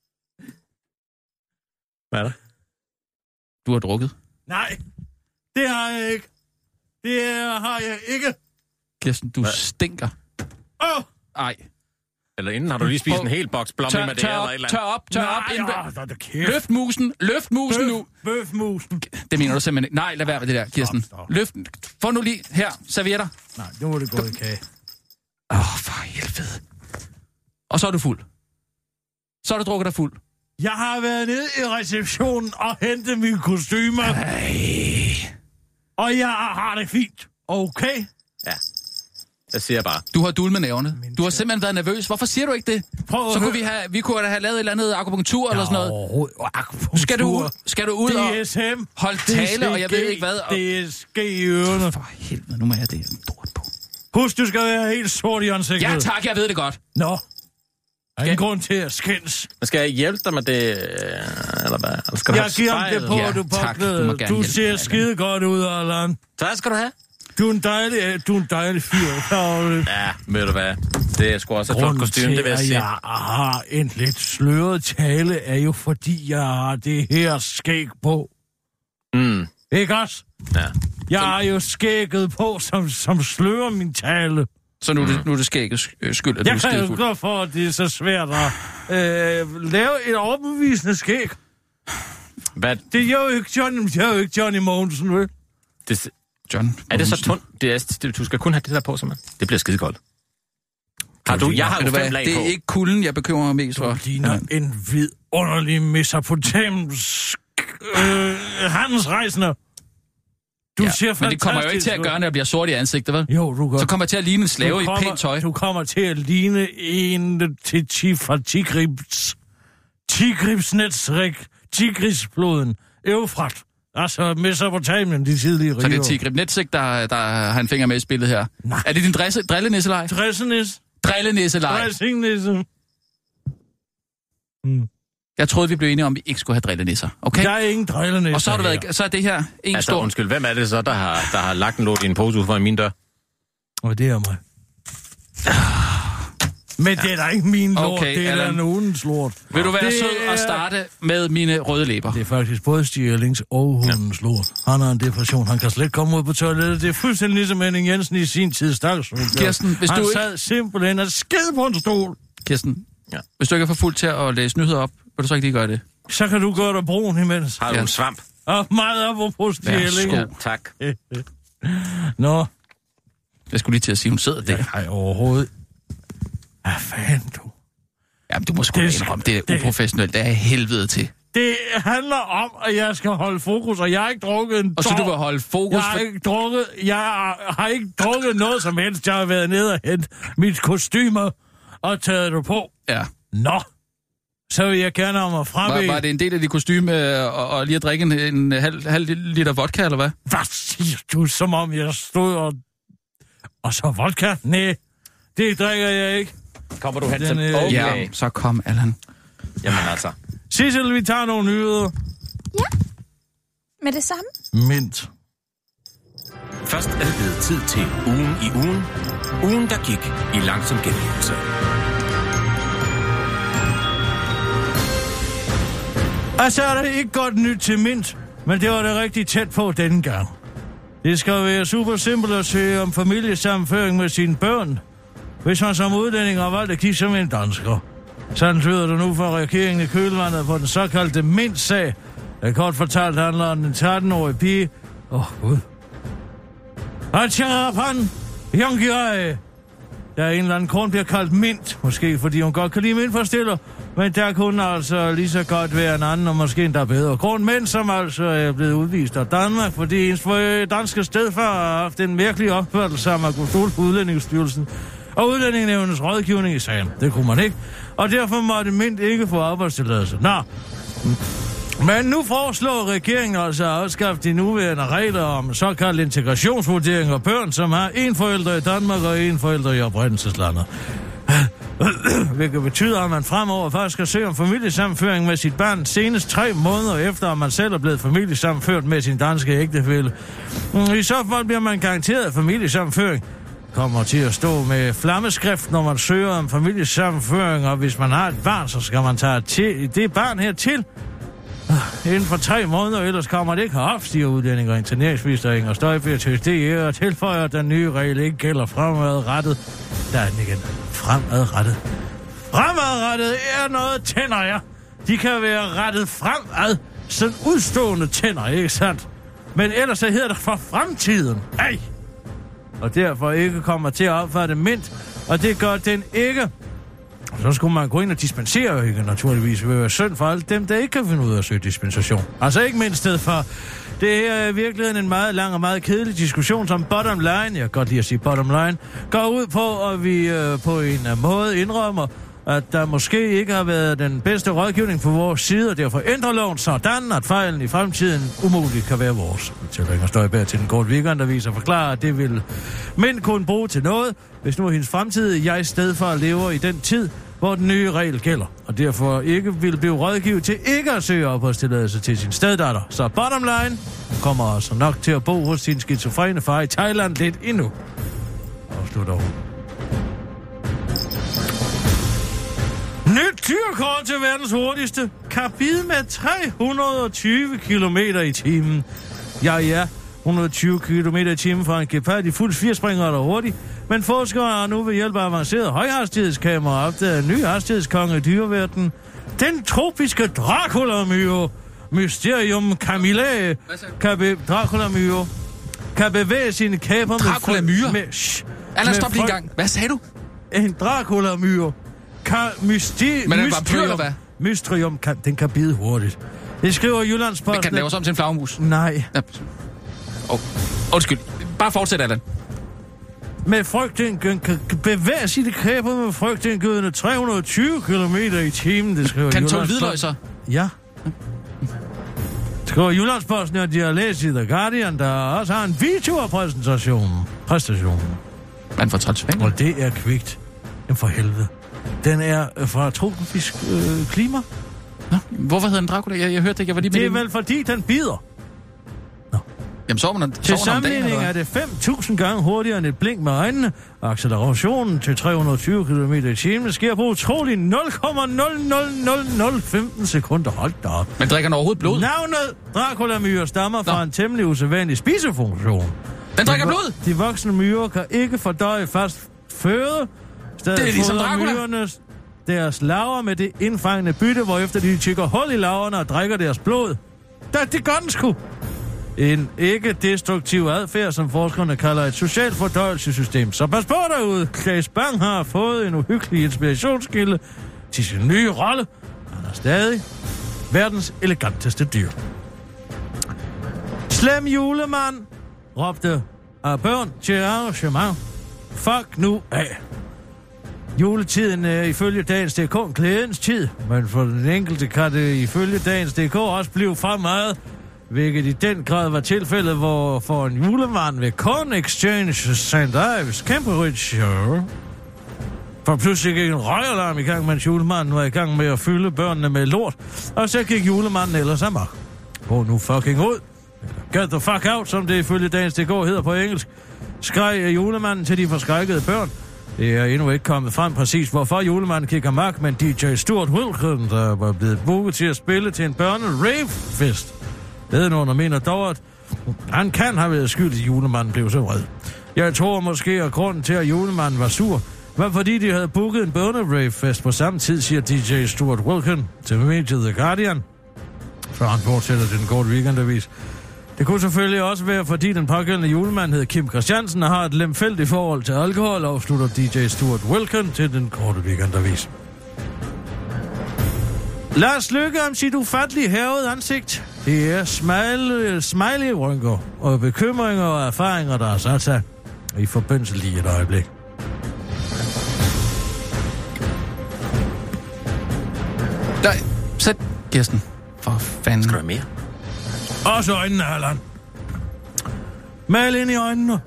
Hvad er det? Du har drukket? Nej, det har jeg ikke. Det har jeg ikke. Kirsten, du stinker. Ej. Eller inden har du lige spist en hel boks blomme med det eller et eller andet. Tør op. Løft musen nu. Bøfmusen. Det mener du simpelthen ikke. Nej, lad være med det der, Kirsten. Løft. Få nu lige her, servietter. Nej, nu må det gå i kage. For helvede. Og så er du fuld. Så er du drukket dig fuld. Jeg har været nede i receptionen og hentet mine kostymer. Og jeg har det fint. Okay? Ja. Jeg siger bare. Du har dul med nævne. Du har simpelthen været nervøs. Hvorfor siger du ikke det? Så kunne vi kunne have lavet et eller andet akupunktur eller sådan noget. Skal du ud og DSM. holde tale, og jeg ved ikke hvad. DSG i ørerne. For helvede, nu må jeg det lort på. Husk, du skal være helt sort i ansigtet. Ja tak, jeg ved det godt. Nå. Der er ingen grund til at skændes. Skal jeg hjælpe dig med det, eller hvad? Eller skal jeg giver det på, ja, du påklæder. Du ser skide godt ud, Allan. Tak skal du have. Du er en dejlig fyr. Ja, ved du hvad? Det er sgu også et flot kostume, det vil jeg sige. Jeg har en lidt sløret tale, er jo fordi, jeg har det her skæg på. Ikke også? Ja. Jeg har jo skægget på, som slører min tale. Så nu er det skæggets skyld, at du er skægfuld. Jeg kan jo godt for, at det er så svært at lave et overbevisende skæg. Hvad? Det er jo ikke Johnny Mogensen, vel? John. Er det så tundt? Du skal kun have det der på, simpelthen. Det bliver skidekoldt. Jeg har jo 5 lag på. Det er ikke kulden, jeg bekymrer mig mest for. Du ligner en vidunderlig mesopotamisk handelsrejsende. Du ser fantastisk. Men det kommer jo ikke til at gøre, når jeg bliver sort i ansigtet, vel? Jo, du gør. Så kommer jeg til at ligne en slave i pænt tøj. Du kommer til at ligne en fra Tigrisfloden. Eufrat. Altså Mesopotamien, de tidlige riger. Så det er Tigris Netsik, der har en finger med i spillet her? Nej. Er det din drillenisseleje? Drillenisseleje. Dressingnisse. Jeg troede, vi blev enige om, at vi ikke skulle have drillenisser. Okay? Der er ingen drillenisser. Og så, så er det her en stor... Undskyld, hvem er det så, der har lagt en låt i en pose ud foran min dør? Og det er mig. Men det er da ikke min lort, det er da nogens lort. Vil du være sød og starte med mine røde læber? Det er faktisk både Stig Erlings og hundens lort. Han har en depression, han kan slet ikke komme ud på toilettet. Det er fuldstændig ligesom Henning Jensen i sin tid. Kirsten, hvis han du sad simpelthen og sked på en stol. Kirsten, hvis du ikke er for fuld til at læse nyheder op, vil du så ikke lige gøre det? Så kan du gøre dig brun imens. Har du en svamp? Og meget op på Stig Erling. Ja, tak. Nå. Jeg skulle lige til at sige, hun sidder der. Nej, overhovedet. Hvad fanden, du? Jamen, du må sgu indrømme, det er uprofessionelt. Det er helvede til. Det handler om, at jeg skal holde fokus, og jeg har ikke drukket en Og så du vil holde fokus? Jeg har ikke drukket noget som helst. Jeg har været nede og hentet mit kostyme og taget det på. Ja. Nå. Så vil jeg gerne have mig frem. Var det en del af dit kostyme og lige at drikke en halv liter vodka, eller hvad? Hvad siger du, som om jeg stod og så vodka? Nej, det drikker jeg ikke. Kommer du hen til... Okay. Ja, så kom, Allan. Jamen altså. Sissel, vi tager nogle nyheder. Ja, med det samme. Mint. Først er det blevet tid til ugen i ugen. Ugen, der gik i langsom gengivelse. Altså er det ikke godt nyt til Mint, men det var det rigtig tæt på denne gang. Det skal være super simpelt at søge om familiesammenføring med sine børn, hvis man som udlænding har valgt at kigge som en dansker. Sådan lyder det nu fra regeringen i kølvandet på den såkaldte Mint-sag, der kort fortalt handler om den 13-årige pige. Gud. Acharapan Yongirai, der er en eller anden grund bliver kaldt Mint, måske fordi hun godt kan lide mintforstiller, men der kunne altså lige så godt være en anden, og måske endda bedre grund, men som altså er blevet udvist af Danmark, fordi ens danske stedfar har haft en mærkelig opførsel sammen med Gudstol på Udlændingsstyrelsen og Udlændingenævnets rådgivning i sagen. Det kunne man ikke, og derfor måtte Mint ikke få arbejdstilladelse. Nå, men nu foreslår regeringen altså at afskaffe de nuværende regler om såkaldt integrationsvurdering af børn, som har en forælder i Danmark og en forælder i oprindelseslandet. Hvilket betyder, at man fremover først skal søge om familiesammenføring med sit barn senest 3 måneder efter, at man selv er blevet familiesammenført med sin danske ægtefælle. I så fald bliver man garanteret familiesammenføring. Kommer til at stå med flammeskrift, når man søger om familiesammenføring, og hvis man har et barn, så skal man tage det barn her til inden for 3 måneder, ellers kommer det ikke herop, siger udlænding og interneringsminister Inger Støjberg til DR og tilføjer, at den nye regel ikke gælder fremadrettet. Der er den igen. Fremadrettet. Fremadrettet er noget tænder, ja. De kan være rettet fremad. Sådan udstående tænder, ikke sandt? Men ellers så hedder det for fremtiden. Ej! Og derfor ikke kommer til at opfatte Mint, og det gør den ikke. Så skulle man gå ind og dispensere, ikke? Naturligvis vil være synd for alle dem, der ikke kan finde ud af at søge dispensation. Altså ikke mindst for det her er i virkeligheden en meget lang og meget kedelig diskussion, som bottom line, jeg kan godt lide at sige bottom line, går ud på, at vi på en måde indrømmer, at der måske ikke har været den bedste rådgivning på vores side, og derfor ændrer loven sådan, at fejlen i fremtiden umuligt kan være vores. Til Inger Støjberg til den korte weekendavis og forklare, at det vil Mint kunne bruge til noget, hvis nu hendes fremtidige jeg stedfar lever i den tid, hvor den nye regel gælder, og derfor ikke vil blive rådgivet til ikke at søge opholdstilladelse til sin steddatter. Så bottom line kommer altså nok til at bo hos sin skizofrene far i Thailand lidt endnu. Afslutter hun. Nyt dyrkort til verdens hurtigste. Kan bide med 320 km i timen. Ja, 120 km i timen for en gepard i fuld 4-springer er der hurtigt. Men forskere har nu ved hjælp af avanceret højhastighedskamera opdaget en ny hastighedskonge i dyreverdenen. Den tropiske Dracula-myre. Mysterium Camillae. Dracula-myre. Kan bevæge sine kæber med... Dracula-myre? Allan, stop lige en gang. Hvad sagde du? En Dracula-myre. Men er det vampyr, eller hvad? Mystrium, den kan bide hurtigt. Det skriver Jyllandsposten. Kan den laves om til en flagermus? Nej. Ja. Undskyld. Bare fortsæt, Allan. Med frygtindgødende kan bevæge sit kæber med frygtindgødende 320 km i timen, det skriver Kan tåle hvidløg så? Ja. Det skriver Jyllandsposten, og de har læst i The Guardian, der også har en præstation. Man får træt. Og det er kvikt. Jamen for helvede. Den er fra tropisk klima. Nå, hvorfor hedder den Dracula? Jeg hørte det ikke, jeg var lige med. Det er vel fordi, den bider. Jamen, sover man til sammenligning er det 5.000 gange hurtigere end et blink med øjnene. Accelerationen til 320 km i timen sker på utrolig 0,00015 sekunder. Hold da op. Men drikker den overhovedet blod? Navnet Dracula-myre stammer fra en temmelig usædvanlig spisefunktion. Den drikker blod? De voksne myrer kan ikke fordøje fast føde. Det er ligesom Dracula. Myrerne deres larver med det indfangende bytte, hvorefter de tykker hul i larverne og drikker deres blod. Det gør den sgu. En ikke-destruktiv adfærd, som forskerne kalder et socialt fordøjelsessystem. Så pas på derude. Claes Bang har fået en uhyggelig inspirationskilde til sin nye rolle. Han er stadig verdens eleganteste dyr. Slem julemand, råbte af børn til arrangement. Fuck nu af. Juletiden er ifølge Dagens DK en glædens tid, men for den enkelte kan det ifølge Dagens DK også blive for meget, hvilket i den grad var tilfældet, hvor for en julemand ved Corn Exchange St. Ives, Cambridge, for pludselig gik en røgalarm i gang, mens julemanden var i gang med at fylde børnene med lort, og så gik julemanden ellers amok. Gå nu fucking ud. Get the fuck out, som det ifølge Dagens DK hedder på engelsk, skreg julemanden til de forskrækkede børn. Det er endnu ikke kommet frem præcis, hvorfor julemanden kikker amok, men DJ Stuart Wilken, der var blevet booket til at spille til en børne-rave-fest. Ledenunder mener dog, at han kan have været skyld, at julemanden blev så vred. Jeg tror måske, at grunden til, at julemanden var sur, var fordi de havde booket en børne-rave-fest på samme tid, siger DJ Stuart Wilken til mediet The Guardian. Så han fortsætter den korte weekendavis. Det kunne selvfølgelig også være, fordi den pågældende julemand hed Kim Christiansen og har et lemfældigt forhold til alkohol, afslutter DJ Stuart Wilken til den korte weekendavis. Lars Løkke om sit ufattelige hævede ansigt. Det er smiley-rynker og bekymringer og erfaringer, der er sat sig i forbindelse lige et øjeblik. Nej, sæt Kirsten. For fanden. Skal du have mere? Også øjnene, Allan. Mal ind i øjnene.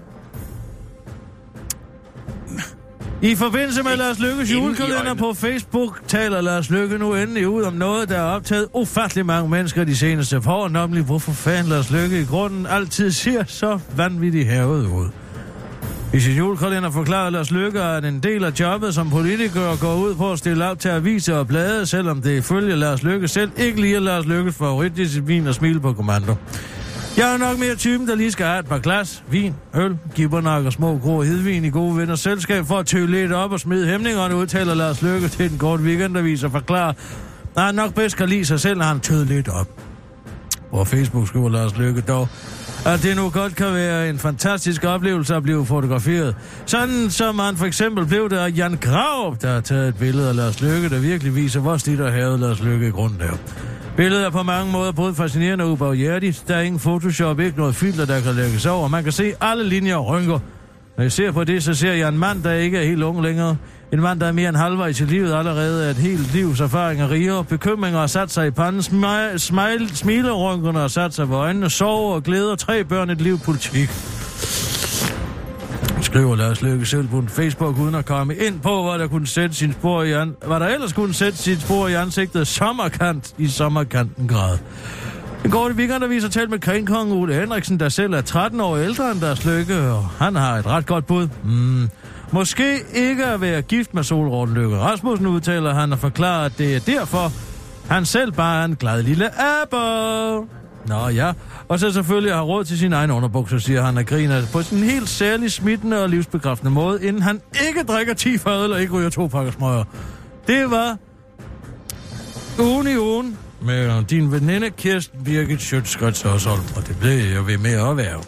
I forbindelse med Lars Løkkes julekalender på Facebook taler Lars Løkke nu endelig ud om noget, der har optaget ufattelig mange mennesker de seneste par år, nemlig hvorfor fanden Lars Løkke i grunden altid ser så vanvittigt hævet ud. I sin julekalender forklarer Lars Løkke, at en del af jobbet som politiker går ud på at stille op til aviser og blade, selvom det ifølge Lars Løkke selv ikke lige er Lars Løkkes favoritdisciplin at smile på kommando. Jeg er nok mere typen, der lige skal have et par glas, vin, øl, gibbernak og små grå hedvin i gode venners selskab for at tøve lidt op og smide hæmningerne, udtaler Lars Løkke til den korte weekendavis og forklarer, at han nok bedst kan lide sig selv, når han tøvet lidt op. På Facebook skriver Lars Løkke dog, at det nu godt kan være en fantastisk oplevelse at blive fotograferet. Sådan som han for eksempel blev det af Jan Graup, der har taget et billede af Lars Løkke, der virkelig viser, hvor slidt og havet Lars Løkke i grunden er. Billedet er på mange måder både fascinerende og ubarmhjertigt. Der er ingen Photoshop, ikke noget filter, der kan lægges over. Man kan se alle linjer og rynker. Når jeg ser på det, så ser jeg en mand, der ikke er helt ung længere. En mand, der er mere end halvvejs i livet allerede, er et helt livs erfaring og rigere. Bekymringer har sat sig i panden. Smilerynkerne har sat sig på øjnene. Sorg og glæder. 3 børn, et liv, politik. Skriver Lars Løkke selv på Facebook, uden at komme ind på, hvad der ellers kunne sætte sit spor i ansigtet sommerkant i sommerkanten grad. En korte weekend, der viser talt med kringkongen Ole Henriksen, der selv er 13 år ældre end Lars Løkke, og han har et ret godt bud. Måske ikke at være gift med Solrød Løkke Rasmussen, udtaler han og forklarer, at det er derfor, han selv bare er en glad lille aber. Nå ja, og så selvfølgelig har råd til sin egen underbukser, siger han og griner på sådan en helt særlig smittende og livsbekræftende måde, inden han ikke drikker 10 fadøl og ikke ryger 2 pakker smøger. Det var ugen i ugen med din veninde Kirsten Birgit Schøtz-Krets Hørsholm, og det blev jeg ved med at være.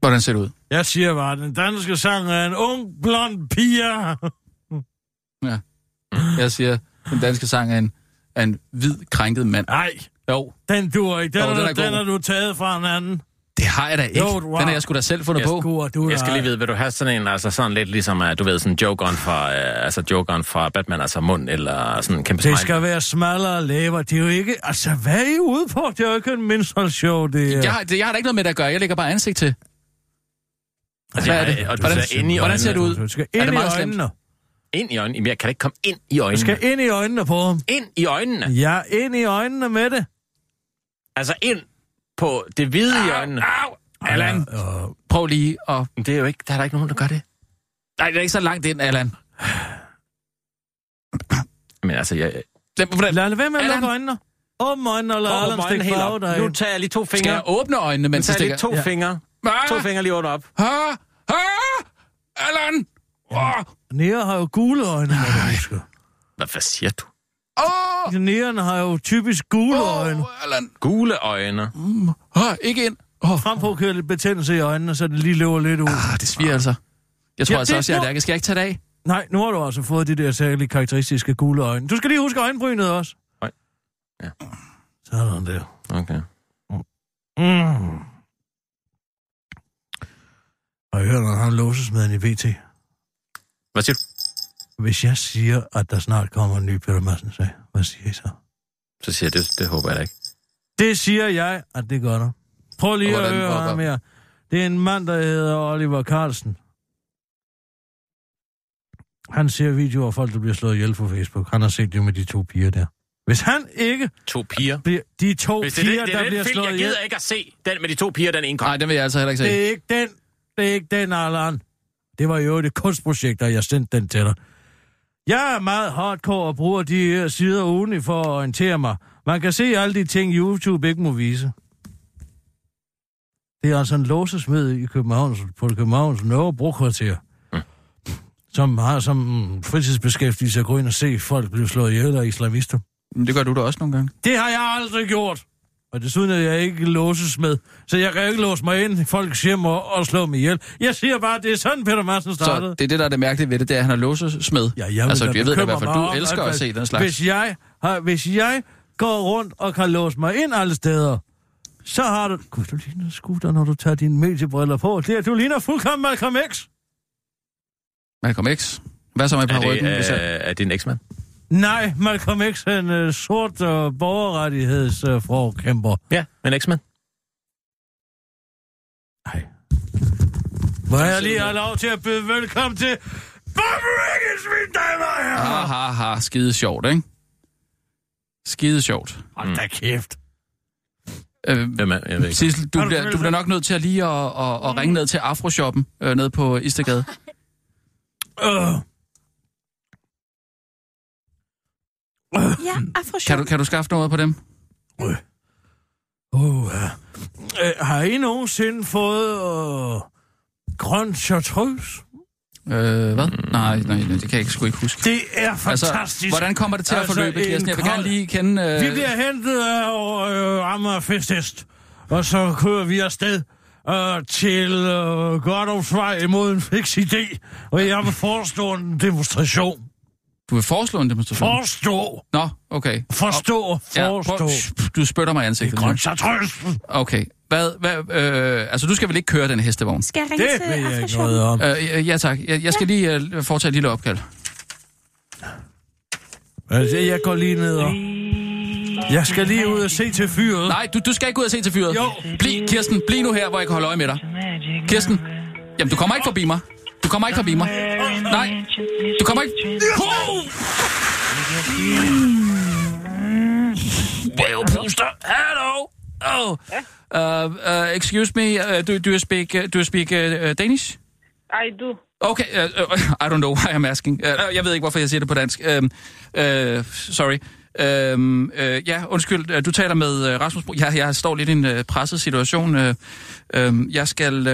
Hvordan ser det ud? Jeg siger bare, den danske sang er en ung, blond pige. Ja. Jeg siger, den danske sang er en hvid, krænket mand. Nej. Jo. Den duer ikke. Den er er du taget fra en anden. Det har jeg da ikke. Jo, den har jeg sgu da selv fundet på. Jeg skal lige vide, vil du have sådan en, altså sådan lidt ligesom, du ved, sådan Jokeren fra Batman, altså mund, eller sådan en kæmpe smile? Det skal være smallere læber. Det er jo ikke, altså hvad er I ude på? Det er jo ikke en minstrelshow, det er. Jeg har da ikke noget med det at gøre. Jeg lægger bare ansigt til. Altså, hvad er det? Hvordan ser det ud? Du skal ind i øjnene. Ind i øjnene? Jeg kan da ikke komme ind i øjnene. Du skal ind i øjnene på ham. Ind i øjnene? Ja, ind i øjnene med det. Altså ind på det hvide i øjnene. Allan, prøv lige at... Det er jo ikke, der er der ikke nogen, der gør det. Nej, det er ikke så langt ind, Allan. Men altså, Lad være med at lukke øjnene. Åbne øjnene, og lad Allan stikke farve dig. Nu tager jeg lige 2 fingre. Skal jeg åbne øjnene, mens jeg stikker? Nu tager jeg lige 2 fingre. 2 fingre lige åbne op. Allan! Nære har jo gule øjne, når du husker. Hvad siger du? Nærerne har jo typisk gule øjne. Allan. Gule øjne? Ikke ind. Frem på at køre lidt betændelse i øjnene, så det lige løber lidt ud. Det sviger altså. Jeg tror altså også, jeg er allergisk. Skal jeg ikke tage det af? Nej, nu har du altså fået de der særligt karakteristiske gule øjne. Du skal lige huske øjenbrynet også. Ja. Sådan der. Okay. Har I hørt, når han låsesmeden i VT? Hvad siger du? Hvis jeg siger, at der snart kommer en ny Peter Madsen-sag, hvad siger I så? Så siger jeg, det håber jeg da ikke. Det siger jeg, at det gør der. Prøv lige at høre ham her. Det er en mand, der hedder Oliver Carlsen. Han ser videoer af folk, der bliver slået ihjel på Facebook. Han har set det med de 2 piger der. Hvis han ikke... 2 piger? De 2 piger, der bliver slået ihjel... Jeg gider ikke at se den med de 2 piger, den ene kom. Nej, den vil jeg altså heller ikke se. Det er ikke den, Allan. Det var jo det kunstprojekt, og jeg sendte den til dig. Jeg er meget hardcore og bruger de her sider ugenligt for at orientere mig. Man kan se alle de ting, YouTube ikke må vise. Det er altså en låsesmed i på Københavns Nørrebrokvarter, som har som fritidsbeskæftigelse at gå ind og se folk blive slået ihjel af islamister. Det gør du da også nogle gange. Det har jeg aldrig gjort. Og desuden er jeg ikke låsesmed, så jeg kan ikke låse mig ind i folks hjem og slå mig ihjel. Jeg siger bare, at det er sådan, Peter Madsen startede. Så det er det, der er det mærkelige ved det, det er, at han er låsesmed. Ja, altså, jeg ved i hvert fald, du elsker at se den slags. Hvis jeg går rundt og kan låse mig ind alle steder, så har du... Gud, du ligner skuter, når du tager dine mediebriller på. Du ligner fuldkommen Malcolm X. Malcolm X? Hvad så med på ryggen? Er det en eksmand? Nej, Malcolm X er en sort borgerrettighedsforkæmper. Ja, en eksmand. Nej. Må jeg lige have lov til at byde velkommen til Barberikkens, mine damer her! Ha, skide sjovt, ikke? Skide sjovt. Hold da kæft. Hvem er? Jeg ved ikke. Sissel, du bliver nok nødt til at lige at ringe ned til Afroshoppen nede på Istergade. Ja, Afroshoppen. Kan du skaffe noget på dem? Har I nogensinde fået grøn chartreuse? Hvad? Nej, det kan jeg sgu ikke huske. Det er fantastisk. Altså, hvordan kommer det til at forløbe, Kirsten? Jeg vil gerne lige kende... Vi bliver hentet af Amager Festhest, og så kører vi afsted til Godthåbsvej imod en fix idé, og jeg vil forestå en demonstration. Du vil foreslå en demonstration? Forstå. Nå, okay. Forstå. Du spytter mig i ansigtet. Det er grøn chartreuse. Okay. Altså, du skal vel ikke køre den hestevogn? Skal jeg ringe til Afroshoppen? Det vil jeg ikke noget om. Ja, tak. Jeg skal lige foretage et lille opkald. Altså, jeg går lige ned og... Jeg skal lige ud og se til fyret. Nej, du skal ikke ud og se til fyret. Jo. Kirsten, bliv nu her, hvor jeg kan holde øje med dig. Kirsten, jamen, du kommer ikke forbi mig. Du kommer ikke forbi mig. Nej, du kommer ikke... Puster. Hello. Excuse me. Do you speak Danish? I do. Okay. I don't know why I'm asking. Jeg ved ikke, hvorfor jeg siger det på dansk. Sorry. Ja, undskyld. Du taler med Rasmus Bro. Jeg står lidt i en presset situation. Jeg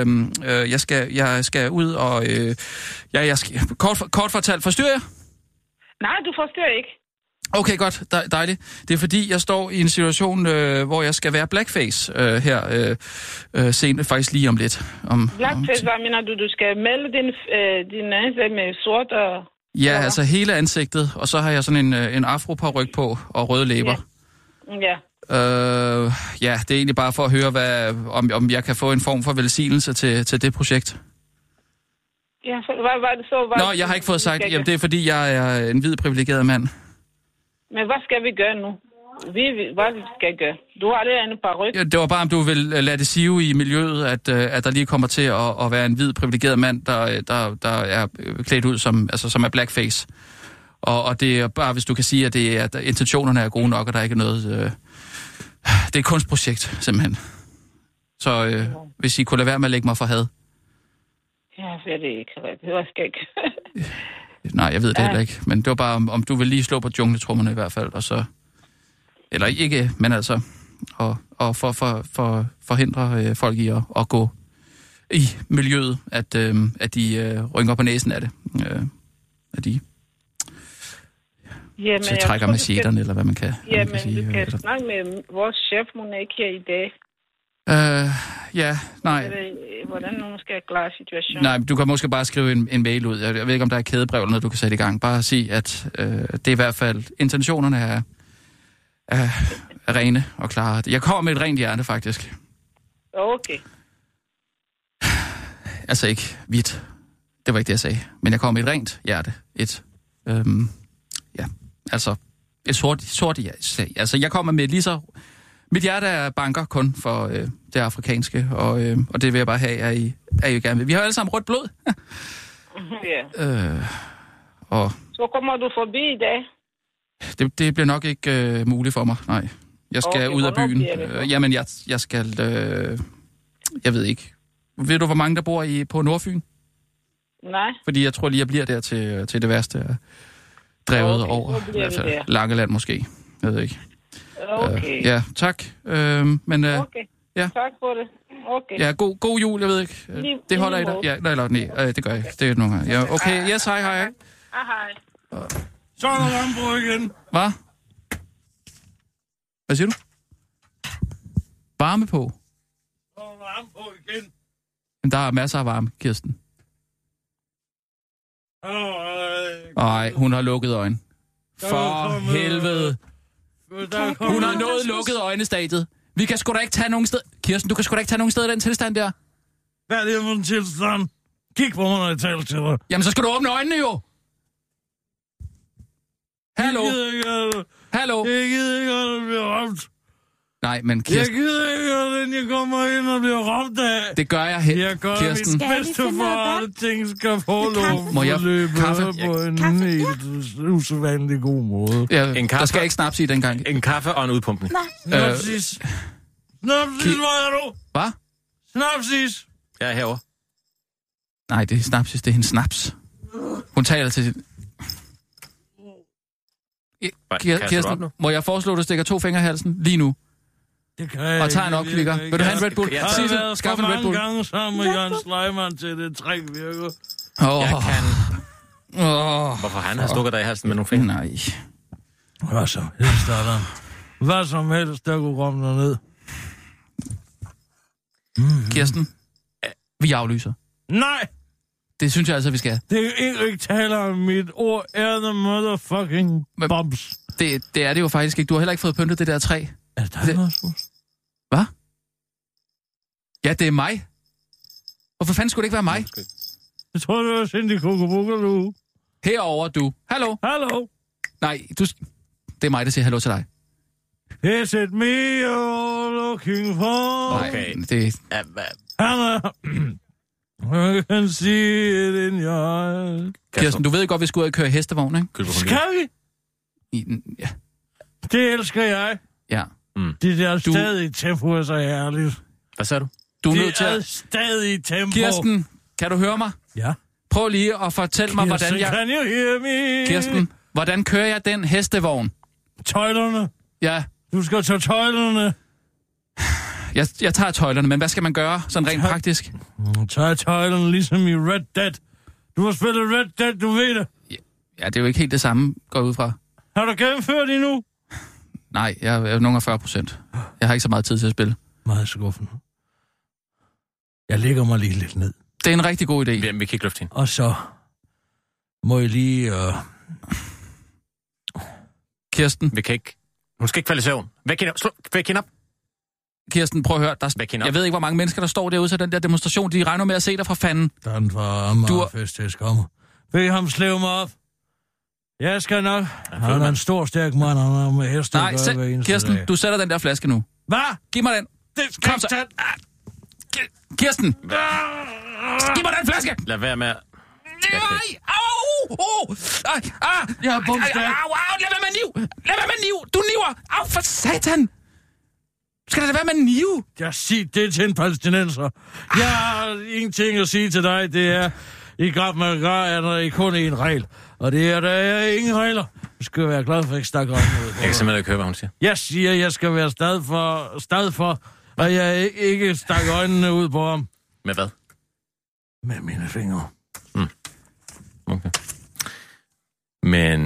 skal ud og... kort fortalt, forstyrrer jeg? Nej, du forstyrrer ikke. Okay, godt. Dejligt. Det er fordi, jeg står i en situation, hvor jeg skal være blackface her senere, faktisk lige om lidt. Blackface, hvad mener du? Du skal melde din ansigt med sort og... Ja, altså hele ansigtet, og så har jeg sådan en afroparyk på og røde læber. Ja. Ja, det er egentlig bare for at høre, om jeg kan få en form for velsignelse til det projekt. Ja, hvad var det så? Nå, jeg har ikke fået sagt. Jamen, det er fordi, jeg er en hvid privilegeret mand. Men hvad skal vi gøre nu? Hvad skal vi gøre? Du har det en paryk. Ja, det var bare, om du vil lade det sive i miljøet, at der lige kommer til at være en hvid privilegeret mand, der er klædt ud som er blackface. Og det er bare, hvis du kan sige, at intentionerne er gode nok, og der er ikke noget... det er et kunstprojekt, simpelthen. Så hvis I kunne lade være med at lægge mig for had. Ja, det er det ikke. Hvad skal jeg gøre? Nej, jeg ved det heller ikke. Men det var bare, om du vil lige slå på jungletrummerne i hvert fald, og så... Eller ikke, men altså... Og forhindre folk i at gå i miljøet, at de rynker på næsen af det. At de... Jamen, så trækker macheterne, eller hvad man kan. Jamen, man kan sige, du kan snakke med vores chef, hun er ikke her i dag. Ja, nej. Hvordan nogen skal klare situationen? Nej, du kan måske bare skrive en mail ud. Jeg ved ikke, om der er kædebrev eller noget, du kan sætte i gang. Bare sige, at det er i hvert fald... Intentionerne er rene og klare. Jeg kommer med et rent hjerte, faktisk. Okay. Altså ikke hvidt. Det var ikke det, jeg sagde. Men jeg kommer med et rent hjerte. Et sort hjerte. Altså, jeg kommer med lige så... Mit hjerte er banker kun for det afrikanske, og det vil jeg bare have, at I gerne vil. Vi har alle sammen rødt blod. Ja. Så kommer du forbi i dag? Det bliver nok ikke muligt for mig, nej. Jeg skal ud af byen. Jamen, jeg skal... jeg ved ikke. Ved du, hvor mange der bor på Nordfyn? Nej. Fordi jeg tror lige, jeg bliver der til det værste drevet over. Altså, Langeland måske. Jeg ved ikke. Okay. Ja, tak. Men, okay. Ja. Tak for det. Okay. Ja, god jul, jeg ved ikke. Det holder I dig? Ja, nej, det gør jeg ikke. Det er nogle gange. Ja, okay, yes, hej. Hej. Så er der varme på igen. Hvad? Hvad siger du? Varme på? Så er der varme på igen. Men der er masser af varme, Kirsten. Nej, hun har lukket øjnene. For helvede. Hun har nået lukket øjnestadiet. Vi kan sgu da ikke tage nogen sted... Kirsten, du kan sgu da ikke tage nogen sted i den tilstand der. Hvad er det for en tilstand? Kig på mig, når jeg taler til dig. Jamen, så skal du åbne øjnene jo. Hallo? Hallo? Jeg gider ikke, at du bliver ramt. Nej, men Kirsten... Jeg gider ikke, at jeg kommer ind og bliver ramt af. Det gør jeg helt, Jeg gør Kirsten. mit bedste for, at ting skal Må jeg kaffe? På en helt usædvanlig god måde. Ja, en kaffe. Der skal ikke snaps i dengang. En kaffe og en udpumpning. Snapsis. Snapsis, hvor er du? Hvad? Snapsis. Jeg er herovre. Nej, det er snapsis. Det er en snaps. Hun taler til sit... Kirsten, må jeg foreslå, at du stikker 2 fingre i halsen lige nu? Det kan jeg. Og tager en opklikker. Vil du have en Red Bull? Jeg har været for mange gange sammen med Jørgen Sleiman til det træk virker. Jeg kan... Hvorfor han har stukket dig i halsen med nogle fingre? Nej. Hvad som helst, der hvad som helst, der kunne komme derned. Kirsten, vi aflyser. Nej! Det synes jeg altså, vi skal. Det er ikke taler om mit ord, er the motherfucking bombs. Det er det jo faktisk ikke. Du har heller ikke fået pyntet det der træ. Er det dig, Rasmus? Hvad? Ja, det er mig. Hvorfor fanden skulle det ikke være mig? Jeg tror, det var Cindy Kokobukalu. Herover du. Hallo? Hallo? Nej, det er mig, der siger hallo til dig. Is it me you're looking for? Okay, det... Hanna, I can see it in your eyes. Kirsten, du ved godt, vi skal ud og køre hestevogn, ikke? Skal vi? Ja. Det elsker jeg. Ja. Det der stadig tempo er så herligt. Hvad sagde du? Du er nødt til at... stadig tempo. Kirsten, kan du høre mig? Ja. Prøv lige at fortælle mig, hvordan jeg... Can you hear me? Kirsten, hvordan kører jeg den hestevogn? Tøjlerne. Ja. Du skal tage tøjlerne. Jeg tager tøjlerne, men hvad skal man gøre, sådan rent praktisk? Tag tøjlerne ligesom i Red Dead. Du har spillet Red Dead, du ved det. Ja, det er jo ikke helt det samme, går ud fra. Har du gennemført endnu? Nej, jeg er nogen af 40%. Jeg har ikke så meget tid til at spille. Meget skuffende. Jeg lægger mig lige lidt ned. Det er en rigtig god idé. Vi kan ikke løfte hende. Og så må jeg lige... Kirsten. Vi kan ikke... Hun skal ikke falde i søvn. Væk hende op. Kirsten, prøv at høre. Jeg ved ikke, hvor mange mennesker, der står derude til den der demonstration. De regner med at se dig fra fanden. Den fra Amagerfest, jeg kommer. Vil ham slæve mig op? Jeg skal nok. Han er en stor, stærk mand, han er med heste. Nej, Kirsten, du sætter den der flaske nu. Hvad? Giv mig den. Kom så. Kirsten! Giv mig den flaske! Lad være med at... Nej! Au! Jeg har bumstærk. Lad være med at nive! Lad være med at nive! Du niver! Au, for satan! Skal der da være med at nive? Jeg siger det til en palæstinenser. Jeg har ingenting at sige til dig. Det er... I Krav Maga er der kun én regel. Og det er, der er ingen regler. Du skal være glad for, at jeg ikke stakker øjnene ud. Jeg kan simpelthen ikke høre, hvad hun siger. Jeg siger, at jeg skal være stad for, at jeg ikke stakker øjnene ud på ham. Med hvad? Med mine fingre. Okay. Men...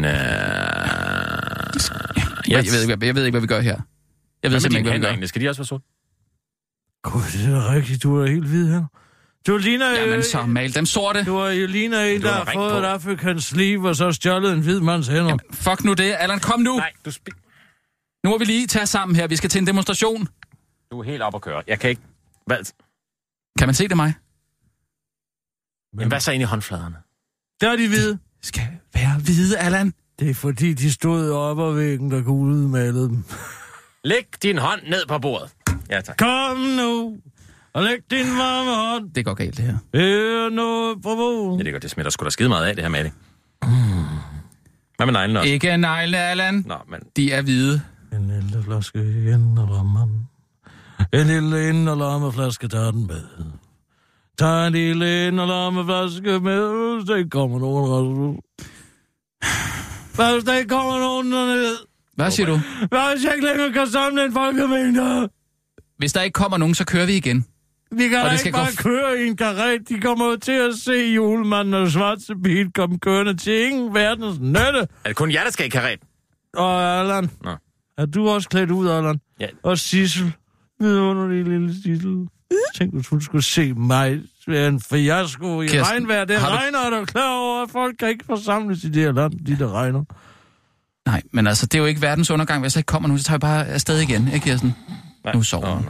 Jeg ved ikke, hvad vi gør her. Jeg ved simpelthen ikke, hvad vi gør. Skal de også være sort? Gud, det er rigtigt. Du er helt hvid her. Du ligner... Jamen, så mal dem sorte. Du ligner en, der har fået et African sleeve, og så stjålet en hvid mands hænder. Jamen, fuck nu det. Allan, kom nu. Nej, Nu må vi lige tage sammen her. Vi skal til en demonstration. Du er helt op at køre. Jeg kan ikke... Hvad? Kan man se det, mig? Men hvad så inde i håndfladerne? Der er de hvide. Skal være hvide, Allan. Det er fordi, de stod op ad væggen, der kunne udmale dem. Læg din hånd ned på bordet. Ja, tak. Kom nu, og læg din varme hånd. Det går galt, det her. Det er noget på bordet. Ja, det gør det smitter sgu da skide meget af, det her maling. Hvad med neglene også? Ikke neglene, Allan. Nå, men... De er hvide. En lille flaske ind og lommen. En lille ind og lommeflaske, tager den med. Tag en lille ind og lommeflaske med, hvis der ikke kommer nogen, Rasmus. Hvis der ikke kommer nogen dernede. Hvad siger du? Hvis jeg ikke længere kan samle en folkemængde. Hvis der ikke kommer nogen, så kører vi igen. Vi kan ikke bare køre i en karet. De kommer til at se julemanden og Svarte Pete komme kørende til ingen verdens nytte. Er det kun jer, der skal i karet? Og Allan. Nå. Er du også klædt ud, Allan? Ja. Og Sissel. Vidunderlig lille Sissel. Tænk, hvis hun skulle se mig være en fiasko i regnvejr. Det regner, er du klar over, at folk kan ikke forsamles i det her land, de der regner. Nej, men altså, det er jo ikke verdens undergang. Hvis der ikke kommer nogen, så tager vi bare afsted igen, ikke Kirsten? Nej. Nu sover hun.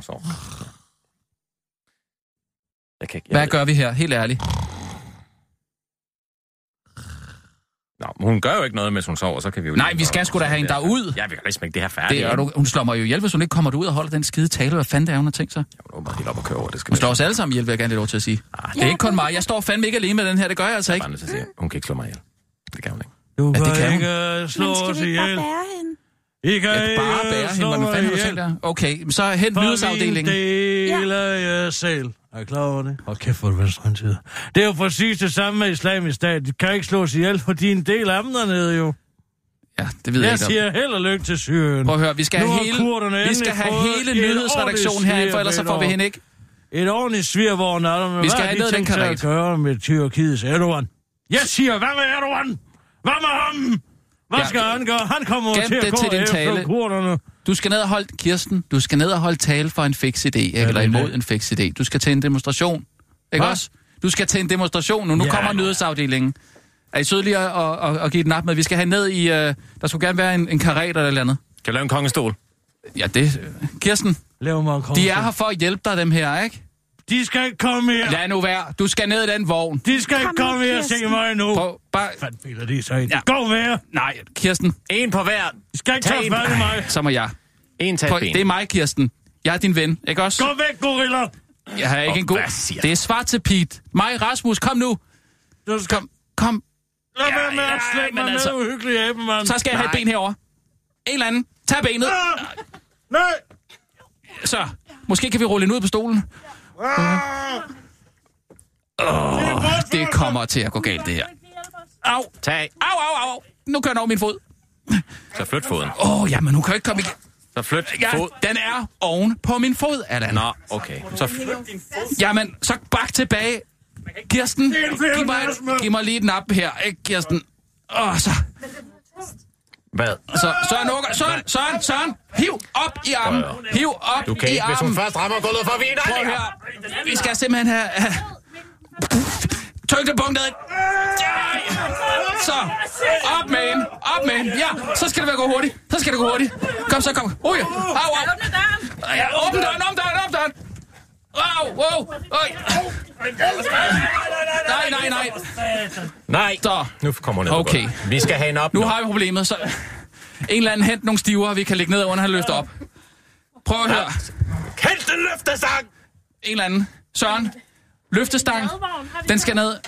Hvad gør vi her? Helt ærligt. Nå, hun gør jo ikke noget, mens hun sover, så kan vi jo... Nej, vi skal sgu da have en derud. Ja, vi kan ikke smække det her færdigt. Hun slår mig jo ihjel, hvis hun ikke kommer ud og holder den skide tale. Hvad fanden det er, hun har tænkt sig? Jeg var helt op og køre over, det skal hun slår os alle sammen ihjel, vil jeg gerne lidt lov til at sige. Det er ikke kun mig. Jeg står fandme ikke alene med den her, det gør jeg altså ikke. Jeg sige, hun kan ikke slå mig ihjel. Det kan hun ikke. Du kan det kan ikke slå os ihjel. I kan ikke bare bære hende, hvordan fanden har du tænkt der? Okay, så hen nyhedsafdelingen. For min del af jer selv. Er I klar over det? Hold kæft, hvor det venstreorienteret. Det er jo præcis det samme med Islamisk Stat. De kan ikke slås ihjel, fordi en del af dem dernede jo. Ja, det ved jeg ikke. Jeg siger held og lykke til Syrien. Prøv at høre, vi skal have hele nyhedsredaktionen herinde, for ellers så får vi hende ikke. Et ordentligt svirvogn er der med. Vi skal have ned den karet. Hvad gøre med Tyrkiets Erdogan? Jeg siger, hvad med Erdogan? Hvad med ham? Hvad skal han gøre? Han kommer til at gå efter kurderne. Du skal ned og holde, Kirsten, du skal ned og holde tale for en fix idé, eller imod en fix idé. Du skal til en demonstration. Ikke også? Du skal til en demonstration nu. Nu kommer nyhedsafdelingen. Er I søde lige at give den op med? Vi skal have ned i... der skulle gerne være en karet eller et eller andet. Kan du lave en kongestol? Ja, det... Kirsten, lav mig en kongestol. De er her for at hjælpe dig, dem her, ikke? De skal ikke komme her. Lad nu være. Du skal ned i den vogn. De skal ikke komme her og se mig nu. Prøv, bare... Fanden biler de så ind. Ja. Gå med. Nej, Kirsten. En på hver. De skal ikke tage fat i mig. Så må jeg. En tag ben. Det er mig, Kirsten. Jeg er din ven, ikke også? Gå væk, gorilla. Jeg har ikke en god... Det er Svarte Pete. Mig, Rasmus, kom nu. Kom. Lad være med at slæbe mig med uhyggelige æbemand. Så skal jeg have et ben herover. En eller anden. Tag benet. Nej. Så, måske kan vi rulle hende ud på stolen. Det kommer til at gå galt, det her. Au. Tag. Au. Nu kører den over min fod. Så flyt foden. Jamen hun kan ikke komme igen. Så flyt fod. Den er oven på min fod, Allan. Nå, okay. Så jamen, så bak tilbage. Kirsten, giv mig lige den op her, ikke Kirsten? Så. Hvad? Så Søren, hiv op i armen. Hiv op du kan i ikke, armen. hvis hun først rammer gulvet for vin. Prøv her. Vi skal simpelthen have... tyngdepunktet. Så, op med hende. Ja, så skal det gå hurtigt. Kom så, kom. Ui, au. Ja, åbn døren. Wow. Nej. Nej, så. Nu kommer hun ned. Okay. Vi skal have hende op nu. Nu har vi problemet, så... En eller anden hent nogle stiver, vi kan lægge ned under, han løfter op. Prøv at høre. Kald den løftestang! En eller anden. Søren, løftestang. Den skal ned.